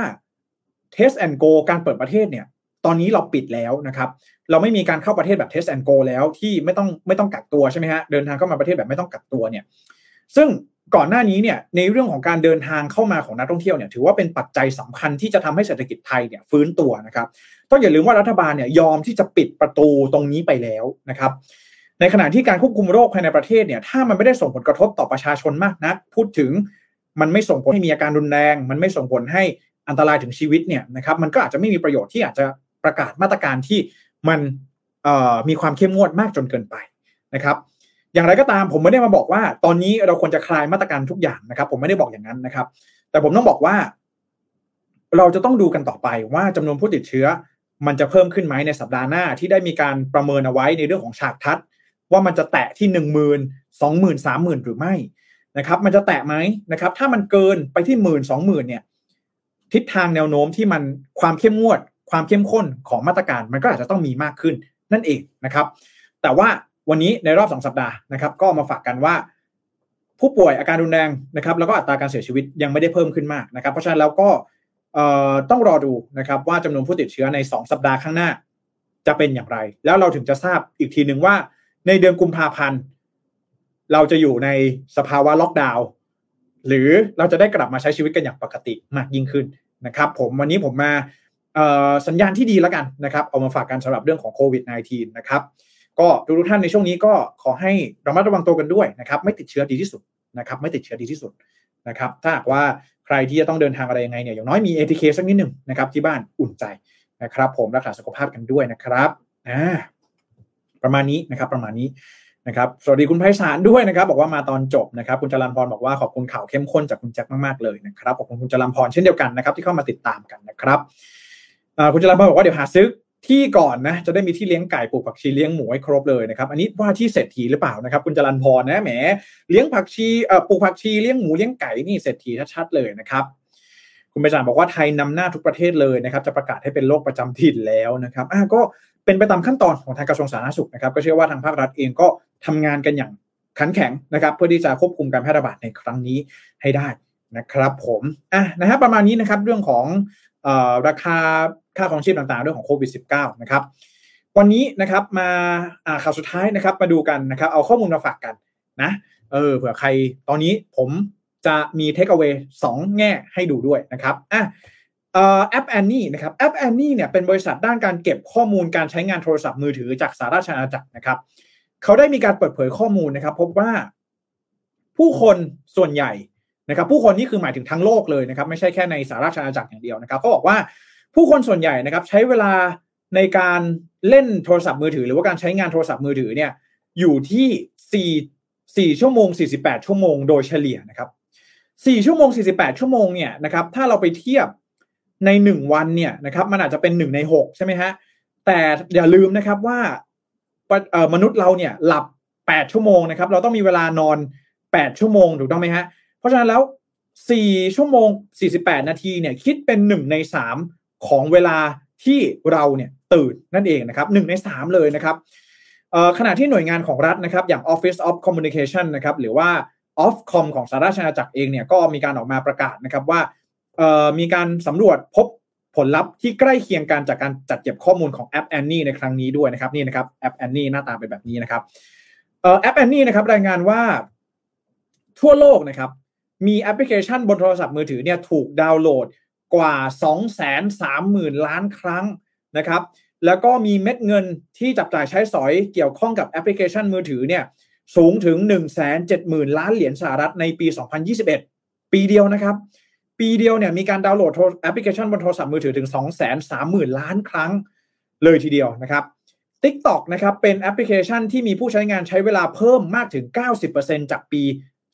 Test and Go การเปิดประเทศเนี่ยตอนนี้เราปิดแล้วนะครับเราไม่มีการเข้าประเทศแบบ Test and Go แล้วที่ไม่ต้องกักตัวใช่ไหมฮะเดินทางเข้ามาประเทศแบบไม่ต้องกักตัวเนี่ยซึ่งก่อนหน้านี้เนี่ยในเรื่องของการเดินทางเข้ามาของนักท่องเที่ยวเนี่ยถือว่าเป็นปัจจัยสำคัญที่จะทำให้เศรษฐกิจไทยเนี่ยฟื้นตัวนะครับต้องอย่าลืมว่ารัฐบาลเนี่ยยอมที่จะปิดประตูตรงนี้ไปแล้วนะครับในขณะที่การควบคุมโรคภายในประเทศเนี่ยถ้ามันไม่ได้ส่งผลกระทบต่อประชาชนมากนักพูดถึงมันไม่ส่งผลให้มีอาการรุนแรงมันไม่ส่งผลให้อันตรายถึงชีวิตเนี่ยนะครับมันก็อาจจะไม่มีประโยชน์ที่อาจจะประกาศมาตรการที่มันมีความเข้มงวดมากจนเกินไปนะครับอย่างไรก็ตามผมไม่ได้มาบอกว่าตอนนี้เราควรจะคลายมาตรการทุกอย่างนะครับผมไม่ได้บอกอย่างนั้นนะครับแต่ผมต้องบอกว่าเราจะต้องดูกันต่อไปว่าจำนวนผู้ติดเชื้อมันจะเพิ่มขึ้นไหมในสัปดาห์หน้าที่ได้มีการประเมินเอาไว้ในเรื่องของฉากทัศน์ว่ามันจะแตะที่ 10,000 20,000 30,000 หรือไม่นะครับมันจะแตะไหมนะครับถ้ามันเกินไปที่ 10,000 20,000 เนี่ยทิศทางแนวโน้มที่มันความเข้มงวดความเข้มข้นของมาตรการมันก็อาจจะต้องมีมากขึ้นนั่นเองนะครับแต่ว่าวันนี้ในรอบ2สัปดาห์นะครับก็มาฝากกันว่าผู้ป่วยอาการรุนแรงนะครับแล้วก็อัตราการเสียชีวิตยังไม่ได้เพิ่มขึ้นมากนะครับเพราะฉะนั้นแล้วก็ต้องรอดูนะครับว่าจำนวนผู้ติดเชื้อใน2สัปดาห์ข้างหน้าจะเป็นอย่างไรแล้วเราถึงจะทราบอีกทีนึงว่าในเดือนกุมภาพันธ์เราจะอยู่ในสภาวะล็อกดาวน์หรือเราจะได้กลับมาใช้ชีวิตกันอย่างปกติมากยิ่งขึ้นนะครับวันนี้ผมมาสัญญาณที่ดีแล้วกันนะครับเอามาฝากกันสำหรับเรื่องของโควิด -19 นะครับก็ทุกท่านในช่วงนี้ก็ขอให้ระมัดระวังตัวกันด้วยนะครับไม่ติดเชื้อดีที่สุดนะครับไม่ติดเชื้อดีที่สุดนะครับถ้าหากว่าใครที่จะต้องเดินทางอะไรยังไงเนี่ยอย่างน้อยมี ATK สักนิดนึงนะครับที่บ้านอุ่นใจนะครับผมรักษาสุขภาพกันด้วยนะครับประมาณนี้นะครับสวัสดีคุณไพศาลด้วยนะครับบอกว่ามาตอนจบนะครับคุณจรัญพรบอกว่าขอบคุณข่าวเข้มข้นจากคุณแจ็คมากๆเลยนะครับขอบคุณคุณจรัญพรเช่นเดียวกันนะครับที่เข้ามาติดตามกันนะครับคุณจรัญพรบอกว่าเดี๋ยวหาซื้อที่ก่อนนะจะได้มีที่เลี้ยงไก่ปลูกผักชีเลี้ยงหมูให้ครบเลยนะครับอันนี้ว่าที่เศรษฐีหรือเปล่านะครับคุณจรัญพรนะแหมเลี้ยงผักชีปลูกผักชีเลี้ยงหมูเลี้ยงไก่นี่เศรษฐีชัดๆเลยนะครับคุณไพศาลบอกว่าไทยนำหน้าทุกประเทศเลยนะครับจะประกาศให้เป็นโรคประจำถิ่นแล้วนะครับก็เป็นไปตามขั้นตอนของทางกระทรวงสาธารณสุขนะครับก็เชื่อว่าทางภาครัฐเองก็ทำงานกันอย่างขันแข็งนะครับเพื่อที่จะควบคุมการแพร่ระบาดในครั้งนี้ให้ได้นะครับผมนะครับประมาณนี้นะครับเรื่องของราคาค่าครองชีพต่างๆเรื่องของโควิด -19 นะครับวันนี้นะครับมาข่าวสุดท้ายนะครับมาดูกันนะครับเอาข้อมูลมาฝากกันนะเผื่อใครตอนนี้ผมจะมีเทคเอาไว้2แง่ให้ดูด้วยนะครับแอป Annie นะครับแอป Annie เนี่ยเป็นบริษัทด้านการเก็บข้อมูลการใช้งานโทรศัพท์มือถือจากสหราชอาณาจักรนะครับเขาได้มีการเปิดเผยข้อมูลนะครับพบว่าผู้คนส่วนใหญ่นะครับผู้คนนี่คือหมายถึงทั้งโลกเลยนะครับไม่ใช่แค่ในสหราชอาณาจักรอย่างเดียวนะครับเขาบอกว่าผู้คนส่วนใหญ่นะครับใช้เวลาในการเล่นโทรศัพท์มือถือหรือว่าการใช้งานโทรศัพท์มือถือเนี่ยอยู่ที่4ชั่วโมง48ชั่วโมงโดยเฉลี่ยนะครับ4ชั่วโมง48ชั่วโมงเนี่ยนะครับถ้าเราไปเทียบใน1วันเนี่ยนะครับมันอาจจะเป็น1ใน6ใช่ไหมฮะแต่อย่าลืมนะครับว่ามนุษย์เราเนี่ยหลับ8ชั่วโมงนะครับเราต้องมีเวลานอน8ชั่วโมงถูกต้องไหมฮะเพราะฉะนั้นแล้ว4ชั่วโมง48นาทีเนี่ยคิดเป็น1ใน3ของเวลาที่เราเนี่ยตื่นนั่นเองนะครับ1ใน3เลยนะครับขณะที่หน่วยงานของรัฐนะครับอย่าง Office of Communication นะครับหรือว่า Ofcom ของสหราชอาณาจักรเองเนี่ยก็มีการออกมาประกาศนะครับว่ามีการสำรวจพบผลลัพธ์ที่ใกล้เคียงกันจากการจัดเก็บข้อมูลของแอป Annie ในครั้งนี้ด้วยนะครับนี่นะครับแอป Annie หน้าตาเป็นแบบนี้นะครับแอป Annie นะครับรายงานว่าทั่วโลกนะครับมีแอปพลิเคชันบนโทรศัพท์มือถือเนี่ยถูกดาวน์โหลดกว่า 230,000 ล้านครั้งนะครับแล้วก็มีเม็ดเงินที่จับจ่ายใช้สอยเกี่ยวข้องกับแอปพลิเคชันมือถือเนี่ยสูงถึง 170,000 ล้านเหรียญสหรัฐในปี 2021 ปีเดียวนะครับปีเดียวเนี่ยมีการดาวน์โหลดแอปพลิเคชันบนโทรศัพท์มือถือถึง 230,000 ล้านครั้งเลยทีเดียวนะครับ TikTok นะครับเป็นแอปพลิเคชันที่มีผู้ใช้งานใช้เวลาเพิ่มมากถึง 90% จากปี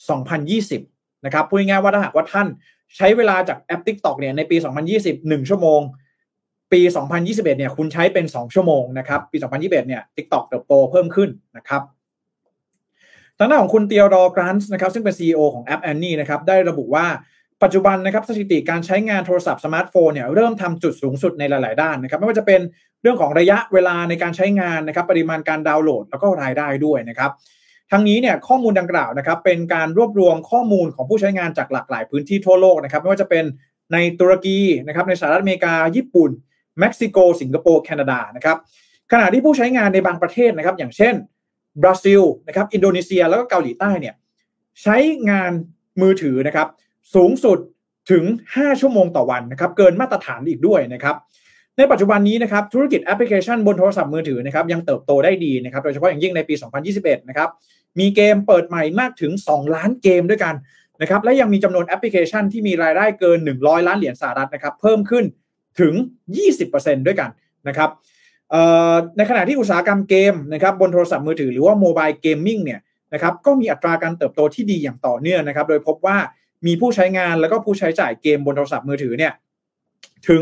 2020 นะครับพูดง่ายๆว่าถ้าหากว่าท่านใช้เวลาจากแอป TikTok เนี่ยในปี 2020 1 ชั่วโมงปี 2021 เนี่ยคุณใช้เป็น2ชั่วโมงนะครับปี 2021 เนี่ย TikTok เติบโตเพิ่มขึ้นนะครับทางด้านของคุณเตียรอกรันส์นะครับซึ่งเป็น CEO ของแอป Annie นะครับได้ระบุว่าปัจจุบันนะครับสถิติการใช้งานโทรศัพท์สมาร์ทโฟนเนี่ยเริ่มทำจุดสูงสุดในหลายๆด้านนะครับไม่ว่าจะเป็นเรื่องของระยะเวลาในการใช้งานนะครับปริมาณการดาวน์โหลดแล้วก็รายได้ด้วยนะครับทั้งนี้เนี่ยข้อมูลดังกล่าวนะครับเป็นการรวบรวมข้อมูลของผู้ใช้งานจากหลากหลายพื้นที่ทั่วโลกนะครับไม่ว่าจะเป็นในตุรกีนะครับในสหรัฐอเมริกาญี่ปุ่นเม็กซิโกสิงคโปร์แคนาดานะครับขณะที่ผู้ใช้งานในบางประเทศนะครับอย่างเช่นบราซิลนะครับอินโดนีเซียแล้วก็เกาหลีใต้เนี่ยใช้งานมือถือนะครับสูงสุดถึง5ชั่วโมงต่อวันนะครับเกินมาตรฐานอีกด้วยนะครับในปัจจุบันนี้นะครับธุรกิจแอปพลิเคชันบนโทรศัพท์มือถือนะครับยังเติบโตได้ดีนะครับโดยเฉพาะอย่างยิ่งในปี 2021 นะครับมีเกมเปิดใหม่มากถึง2ล้านเกมด้วยกันนะครับและยังมีจำนวนแอปพลิเคชันที่มีรายได้เกิน100ล้านเหรียญสหรัฐนะครับเพิ่มขึ้นถึง 20% ด้วยกันนะครับในขณะที่อุตสาหกรรมเกมนะครับบนโทรศัพท์มือถือหรือว่าโมบายเกมมิ่งเนี่ยนะครับก็มีอัตราการเติบโตที่ดีอย่างต่อเนื่องนะครับโดยพบว่ามีผู้ใช้งานแล้วก็ผู้ใช้จ่ายเกมบนโทรศัพท์มือถือเนี่ยถึง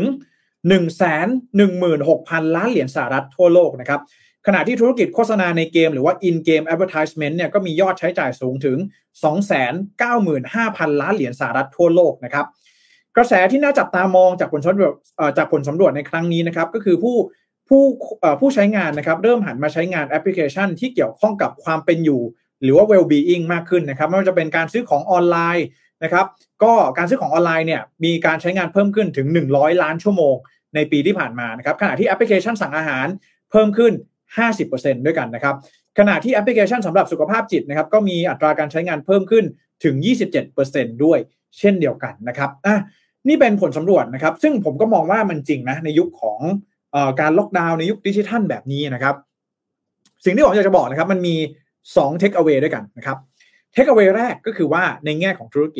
116,000 ล้านเหรียญสหรัฐทั่วโลกนะครับขณะที่ธุรกิจโฆษณาในเกมหรือว่า in-game advertisement เนี่ยก็มียอดใช้จ่ายสูงถึง 295,000 ล้านเหรียญสหรัฐทั่วโลกนะครับกระแสที่น่าจับตามองจากผลสำรวจในครั้งนี้นะครับก็คือผู้ใช้งานนะครับเริ่มหันมาใช้งานแอปพลิเคชันที่เกี่ยวข้องกับความเป็นอยู่หรือว่า well-being มากขึ้นนะครับไม่ว่าจะเป็นการซื้อของออนไลน์นะครับก็การซื้อของออนไลน์เนี่ยมีการใช้งานเพิ่มขึ้นถึง100ล้านชั่วโมงในปีที่ผ่านมานะครับขณะที่แอปพลิเคชันสั่งอาหารเพิ่มขึ้น 50% ด้วยกันนะครับขณะที่แอปพลิเคชันสำหรับสุขภาพจิตนะครับก็มีอัตราการใช้งานเพิ่มขึ้นถึง 27% ด้วยเช่นเดียวกันนะครับนี่เป็นผลสำรวจนะครับซึ่งผมก็มองว่ามันจริงนะในยุคของการล็อกดาวน์ในยุคดิจิทัลแบบนี้นะครับสิ่งที่ผมอยากจะบอกนะครับมันมี2 take away ด้วยกันนะครับ take away แรกก็คือว่าในแง่ของธุรกิจ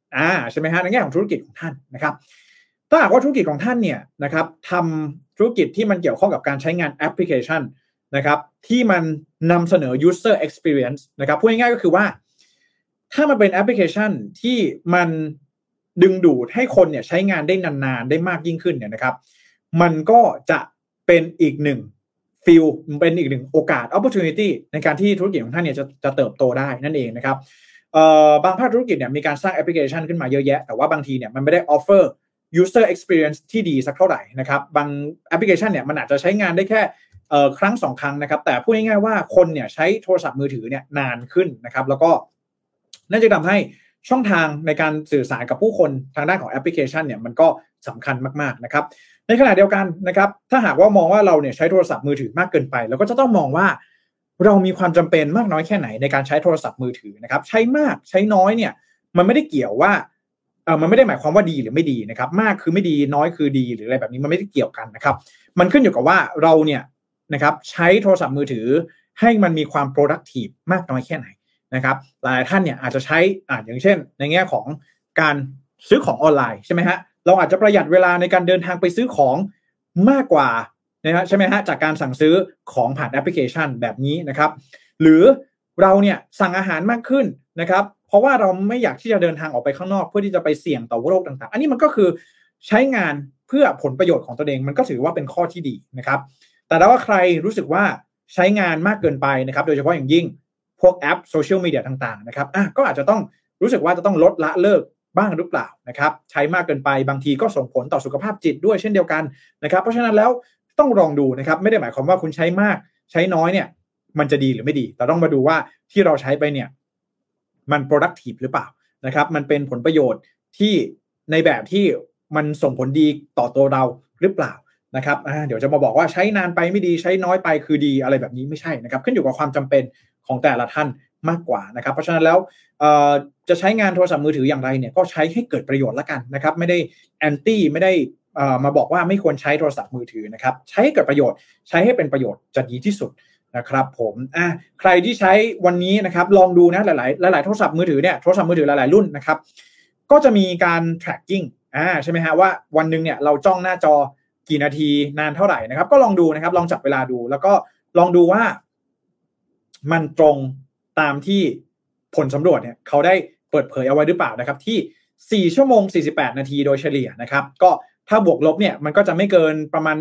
ใช่ไหมฮะในแง่ของธุรกิจของท่านนะครับถ้าหากว่าธุรกิจของท่านเนี่ยนะครับทำธุรกิจที่มันเกี่ยวข้องกับการใช้งานแอปพลิเคชันนะครับที่มันนำเสนอ user experience นะครับพูดง่ายๆก็คือว่าถ้ามันเป็นแอปพลิเคชันที่มันดึงดูดให้คนเนี่ยใช้งานได้นานๆได้มากยิ่งขึ้นเนี่ยนะครับมันก็จะเป็นอีกหนึ่งฟิลเป็นอีกหนึ่งโอกาส opportunity ในการที่ธุรกิจของท่านเนี่ยจะเติบโตได้นั่นเองนะครับบางภาคธุรกิจเนี่ยมีการสร้างแอปพลิเคชันขึ้นมาเยอะแยะแต่ว่าบางทีเนี่ยมันไม่ได้ offer user experience ที่ดีสักเท่าไหร่นะครับบางแอปพลิเคชันเนี่ยมันอาจจะใช้งานได้แค่ครั้ง2ครั้งนะครับแต่พูดง่ายๆว่าคนเนี่ยใช้โทรศัพท์มือถือเนี่ยนานขึ้นนะครับแล้วก็นั่นจะทำให้ช่องทางในการสื่อสารกับผู้คนทางด้านของแอปพลิเคชันเนี่ยมันก็สำคัญมากๆนะครับในขณะเดียวกันนะครับถ้าหากว่ามองว่าเราเนี่ยใช้โทรศัพท์มือถือมากเกินไปเราก็จะต้องมองว่าเรามีความจำเป็นมากน้อยแค่ไหนในการใช้โทรศัพท์มือถือนะครับใช้มากใช้น้อยเนี่ยมันไม่ได้เกี่ยวว่ามันไม่ได้หมายความว่าดีหรือไม่ดีนะครับมากคือไม่ดีน้อยคือดีหรืออะไรแบบนี้มันไม่ได้เกี่ยวกันนะครับมันขึ้นอยู่กับว่าเราเนี่ยนะครับใช้โทรศัพท์มือถือให้มันมีความ productive มากน้อยแค่ไหนนะครับหลายท่านเนี่ยอาจจะใช้อย่างเช่นในแง่ของการซื้อของออนไลน์ใช่ไหมฮะเราอาจจะประหยัดเวลาในการเดินทางไปซื้อของมากกว่านะฮะใช่ไหมฮะจากการสั่งซื้อของผ่านแอปพลิเคชันแบบนี้นะครับหรือเราเนี่ยสั่งอาหารมากขึ้นนะครับเพราะว่าเราไม่อยากที่จะเดินทางออกไปข้างนอกเพื่อที่จะไปเสี่ยงต่อโรคต่างๆอันนี้มันก็คือใช้งานเพื่อผลประโยชน์ของตัวเองมันก็ถือว่าเป็นข้อที่ดีนะครับแต่ถ้าว่าใครรู้สึกว่าใช้งานมากเกินไปนะครับโดยเฉพาะอย่างยิ่งพวกแอปโซเชียลมีเดียต่างๆนะครับก็อาจจะต้องรู้สึกว่าจะต้องลดละเลิกบ้างหรือเปล่านะครับใช้มากเกินไปบางทีก็ส่งผลต่อสุขภาพจิตด้วยเช่นเดียวกันนะครับเพราะฉะนั้นแล้วต้องลองดูนะครับไม่ได้หมายความว่าคุณใช้มากใช้น้อยเนี่ยมันจะดีหรือไม่ดีแต่ต้องมาดูว่าที่เราใช้ไปเนี่ยมัน productive หรือเปล่านะครับมันเป็นผลประโยชน์ที่ในแบบที่มันส่งผลดีต่อตัวเราหรือเปล่านะครับเดี๋ยวจะมาบอกว่าใช้นานไปไม่ดีใช้น้อยไปคือดีอะไรแบบนี้ไม่ใช่นะครับขึ้นอยู่กับความจำเป็นของแต่ละท่านมากกว่านะครับเพราะฉะนั้นแล้วจะใช้งานโทรศัพท์มือถืออย่างไรเนี่ยก็ใช้ให้เกิดประโยชน์ละกันนะครับไม่ได้แอนตี้ไม่ได้มาบอกว่าไม่ควรใช้โทรศัพท์มือถือนะครับใช้ให้เกิดประโยชน์ใช้ให้เป็นประโยชน์จะดีที่สุดนะครับผมใครที่ใช้วันนี้นะครับลองดูนะหลายโทรศัพท์มือถือเนี่ยโทรศัพท์มือถือหลายๆรุ่นนะครับก็จะมีการ tracking ใช่ไหมฮะว่าวันนึงเนี่ยเราจ้องหน้าจอกี่นาทีนานเท่าไหร่นะครับก็ลองดูนะครับลองจับเวลาดูแล้วก็ลองดูว่ามันตรงตามที่ผลสำรวจเนี่ยเขาได้เปิดเผยเอาไว้หรือเปล่านะครับที่4ชั่วโมง48นาทีโดยเฉลี่ยนะครับก็ถ้าบวกลบเนี่ยมันก็จะไม่เกิน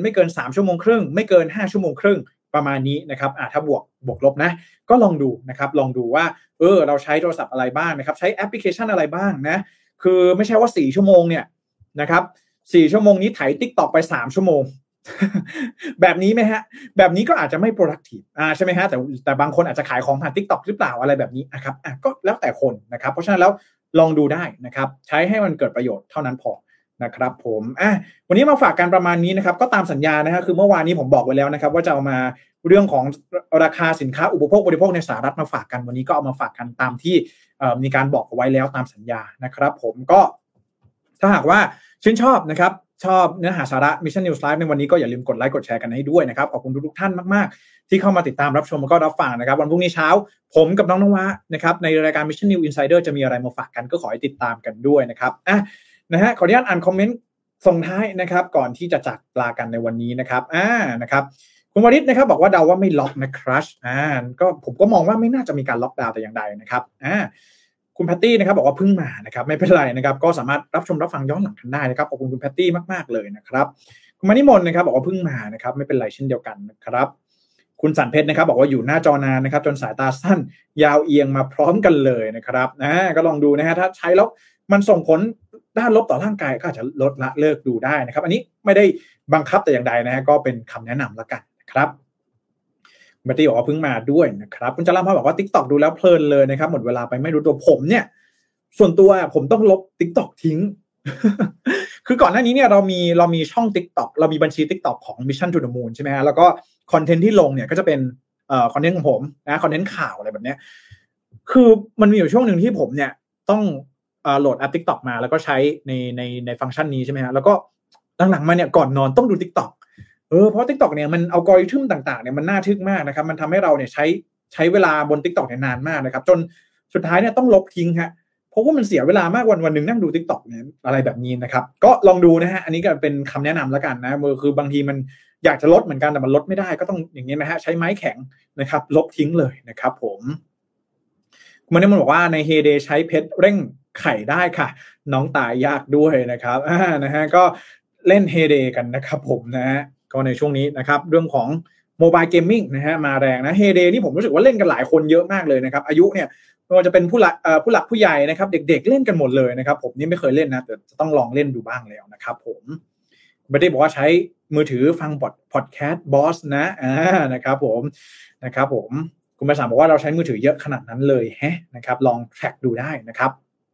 3ชั่วโมงครึ่งไม่เกิน5ชั่วโมงครึ่งประมาณนี้นะครับถ้าบวกลบนะก็ลองดูนะครับลองดูว่าเราใช้โทรศัพท์อะไรบ้างนะครับใช้แอปพลิเคชันอะไรบ้างนะคือไม่ใช่ว่า4ชั่วโมงเนี่ยนะครับ4ชั่วโมงนี้ไถ TikTok ไป3ชั่วโมง แบบนี้ไหมฮะแบบนี้ก็อาจจะไม่ productive ใช่ไหมฮะแต่บางคนอาจจะขายของผ่าน TikTok หรือเปล่าอะไรแบบนี้นะครับก็แล้วแต่คนนะครับเพราะฉะนั้นแล้วลองดูได้นะครับใช้ให้มันเกิดประโยชน์เท่านั้นพอนะครับผมวันนี้มาฝากกันประมาณนี้นะครับก็ตามสัญญานะฮะคือเมื่อวานนี้ผมบอกไว้แล้วนะครับว่าจะเอามาเรื่องของราคาสินค้าอุปโภคบริโภคในสหรัฐมาฝากกันวันนี้ก็เอามาฝากกันตามที่มีการบอกเอาไว้แล้วตามสัญญานะครับผมก็ถ้าหากว่าชื่นชอบนะครับชอบเนื้อหาสาระ Mission News Live ในวันนี้ก็อย่าลืมกดไลค์กดแชร์กันให้ด้วยนะครับขอบคุณทุกท่านมากๆที่เข้ามาติดตามรับชมแล้วก็รับฟังนะครับวันพรุ่งนี้เช้าผมกับน้องนวะนะครับในรายการ Mission News Insider จะมีอะไรมาฝากกันก็ขอให้ติดตามกันด้วยนะครับนะฮะขออนุญาตอ่านคอมเมนต์ส่งท้ายนะครับก่อนที่จะจากลากันในวันนี้นะครับนะครับคุณวริศนะครับบอกว่าเดาว่าไม่ล็อกนะครัชก็ผมก็มองว่าไม่น่าจะมีการล็อกดาวน์แต่อย่างใดนะครับคุณแพตตี้นะครับบอกว่าเพิ่งมานะครับไม่เป็นไรนะครับก็สามารถรับชมรับฟังย้อนหลังกันได้นะครับขอบคุณแพตตี้มากๆเลยนะครับคุณมณิมนนะครับบอกว่าเพิ่งมานะครับไม่เป็นไรเช่นเดียวกันนะครับคุณสันเพชรนะครับบอกว่าอยู่หน้าจอนานนะครับจนสายตาสั้นยาวเอียงมาพร้อมกันเลยนะครับก็ลองดูนะฮะถ้าใช้แล้วมันส่งผลด้านลบต่อร่างกายก็อาจจะลดละเลิกดูได้นะครับอันนี้ไม่ได้บังคับแต่อย่างใดนะฮะก็เป็นคำแนะนำละกันนะครับแบตตี้บอกว่าเพิ่งมาด้วยนะครับคุณจรัมพรบอกว่า TikTok ดูแล้วเพลินเลยนะครับหมดเวลาไปไม่รู้ตัวผมเนี่ยส่วนตัวผมต้องลบ TikTok ทิ้ง คือก่อนหน้านี้เนี่ยเรามีช่อง TikTok เรามีบัญชี TikTok ของ Mission to the Moon ใช่ไหมฮะแล้วก็คอนเทนต์ที่ลงเนี่ยก็จะเป็นคอนเทนต์ของผมนะคอนเทนต์ข่าวอะไรแบบนี้คือมันมีอยู่ช่วงนึงที่ผมเนี่ยต้องโหลดแอป TikTok มาแล้วก็ใช้ในฟังก์ชันนี้ใช่ไหมฮะแล้วก็หลังๆมาเนี่ยก่อนนอนต้องดู TikTokเพราะ TikTok เนี่ยมันอัลกอริทึมต่างๆเนี่ยมันน่าทึ่งมากนะครับมันทำให้เราเนี่ยใช้เวลาบน TikTok เนี่ยนานมากนะครับจนสุดท้ายเนี่ยต้องลบทิ้งฮะเพราะว่ามันเสียเวลามากวันนึงนั่งดู TikTok เนี่ยอะไรแบบนี้นะครับก็ลองดูนะฮะอันนี้ก็เป็นคำแนะนำแล้วกันนะคือบางทีมันอยากจะลดเหมือนกันแต่มันลดไม่ได้ก็ต้องอย่างนี้นะฮะใช้ไม้แข็งนะครับลบทิ้งเลยนะครับผมมันบอกว่าใน Heyday ใช้เพชรเร่งไข่ได้ค่ะน้องตายยากด้วยนะครับนะฮะก็เล่น Heyday กันนะครับผมนะฮะก็ในช่วงนี้นะครับเรื่องของโมบายเกมมิ่งนะฮะมาแรงนะ Heyday นี่ผมรู้สึกว่าเล่นกันหลายคนเยอะมากเลยนะครับอายุเนี่ยไม่ว่าจะเป็นผู้หลักผู้ใหญ่นะครับเด็กๆเล่นกันหมดเลยนะครับผมนี่ไม่เคยเล่นนะแต่จะต้องลองเล่นดูบ้างแล้วนะครับผมไม่ได้บอกว่าใช้มือถือฟังพอดแคสต์บอสนะนะครับผมคุณประสานบอกว่าเราใช้มือถือเยอะขนาดนั้นเลยนะครับลองแทร็กดูได้นะครับ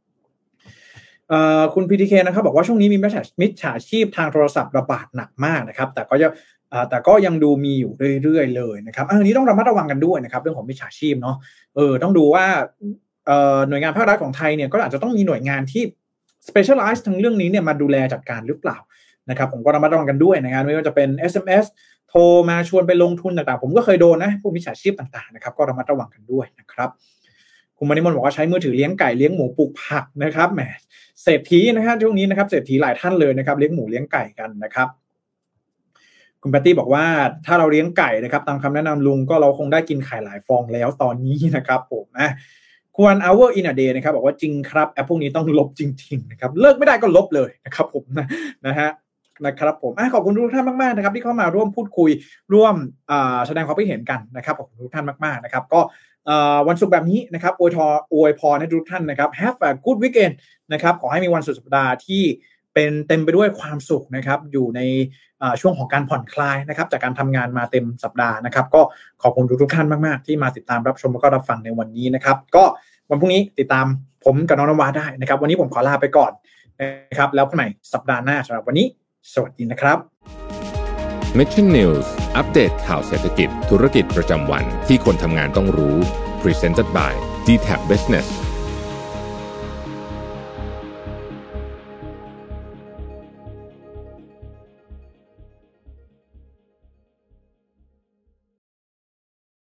คุณ PTK นะครับบอกว่าช่วงนี้มีมิจฉาชีพทางโทรศัพท์ระบาดหนักมากนะครับแต่ก็ยังดูมีอยู่เรื่อยๆเลยนะครับอันนี้ต้องระมัดระวังกันด้วยนะครับเรื่องของมิจฉาชีพเนาะต้องดูว่าหน่วยงานภาครัฐของไทยเนี่ยก็อาจจะต้องมีหน่วยงานที่ specialize ทั้งเรื่องนี้เนี่ยมาดูแลจัดการหรือเปล่านะครับผมก็ระมัดระวังกันด้วยนะครับไม่ว่าจะเป็น SMS โทรมาชวนไปลงทุนต่างๆผมก็เคยโดนนะพวกมิจฉาชีพต่างๆนะครับก็ระมัดระวังกันด้วยนะครับคุณมณิมนบอกว่าใช้มือถือเลี้ยงไก่เลี้ยงหมูปลูกผักนะครับแหมเศรษฐีนะครับช่วงนี้นะครับเศรษฐีหลายท่านเลยนะครับเลี้ยงหมูเลี้ยงไก่กันนะครับคุณแพตตี้บอกว่าถ้าเราเลี้ยงไก่นะครับตามคำแนะนำลุงก็เราคงได้กินไข่หลายฟองแล้วตอนนี้นะครับผมควร hour in a day นะครับบอกว่าจริงครับแอปพวกนี้ต้องลบจริงๆนะครับเลิกไม่ได้ก็ลบเลยนะครับผมนะครับผมขอบคุณทุกท่านมากๆนะครับที่เข้ามาร่วมพูดคุยร่วมแสดงความคิดเห็นกันนะครับขอบคุณทุกท่านมากๆนะครับก็วันศุกร์แบบนี้นะครับอวยพรให้ทุกท่านนะครับ have a good weekend นะครับขอให้มีวันสุดสัปดาห์ที่เป็นเต็มไปด้วยความสุขนะครับอยู่ในช่วงของการผ่อนคลายนะครับจากการทำงานมาเต็มสัปดาห์นะครับก็ขอบคุณทุกท่านมากๆที่มาติดตามรับชมแล้วก็รับฟังในวันนี้นะครับก็วันพรุ่งนี้ติดตามผมกับน้องนวาได้นะครับวันนี้ผมขอลาไปก่อนนะครับแล้วพบกันใหม่สัปดาห์หน้าสำหรับวันนี้สวัสดีนะครับ
Mission News อัปเดตข่าวเศรษฐกิจธุรกิจประจำวันที่คนทำงานต้องรู้ Presented by DTAC Business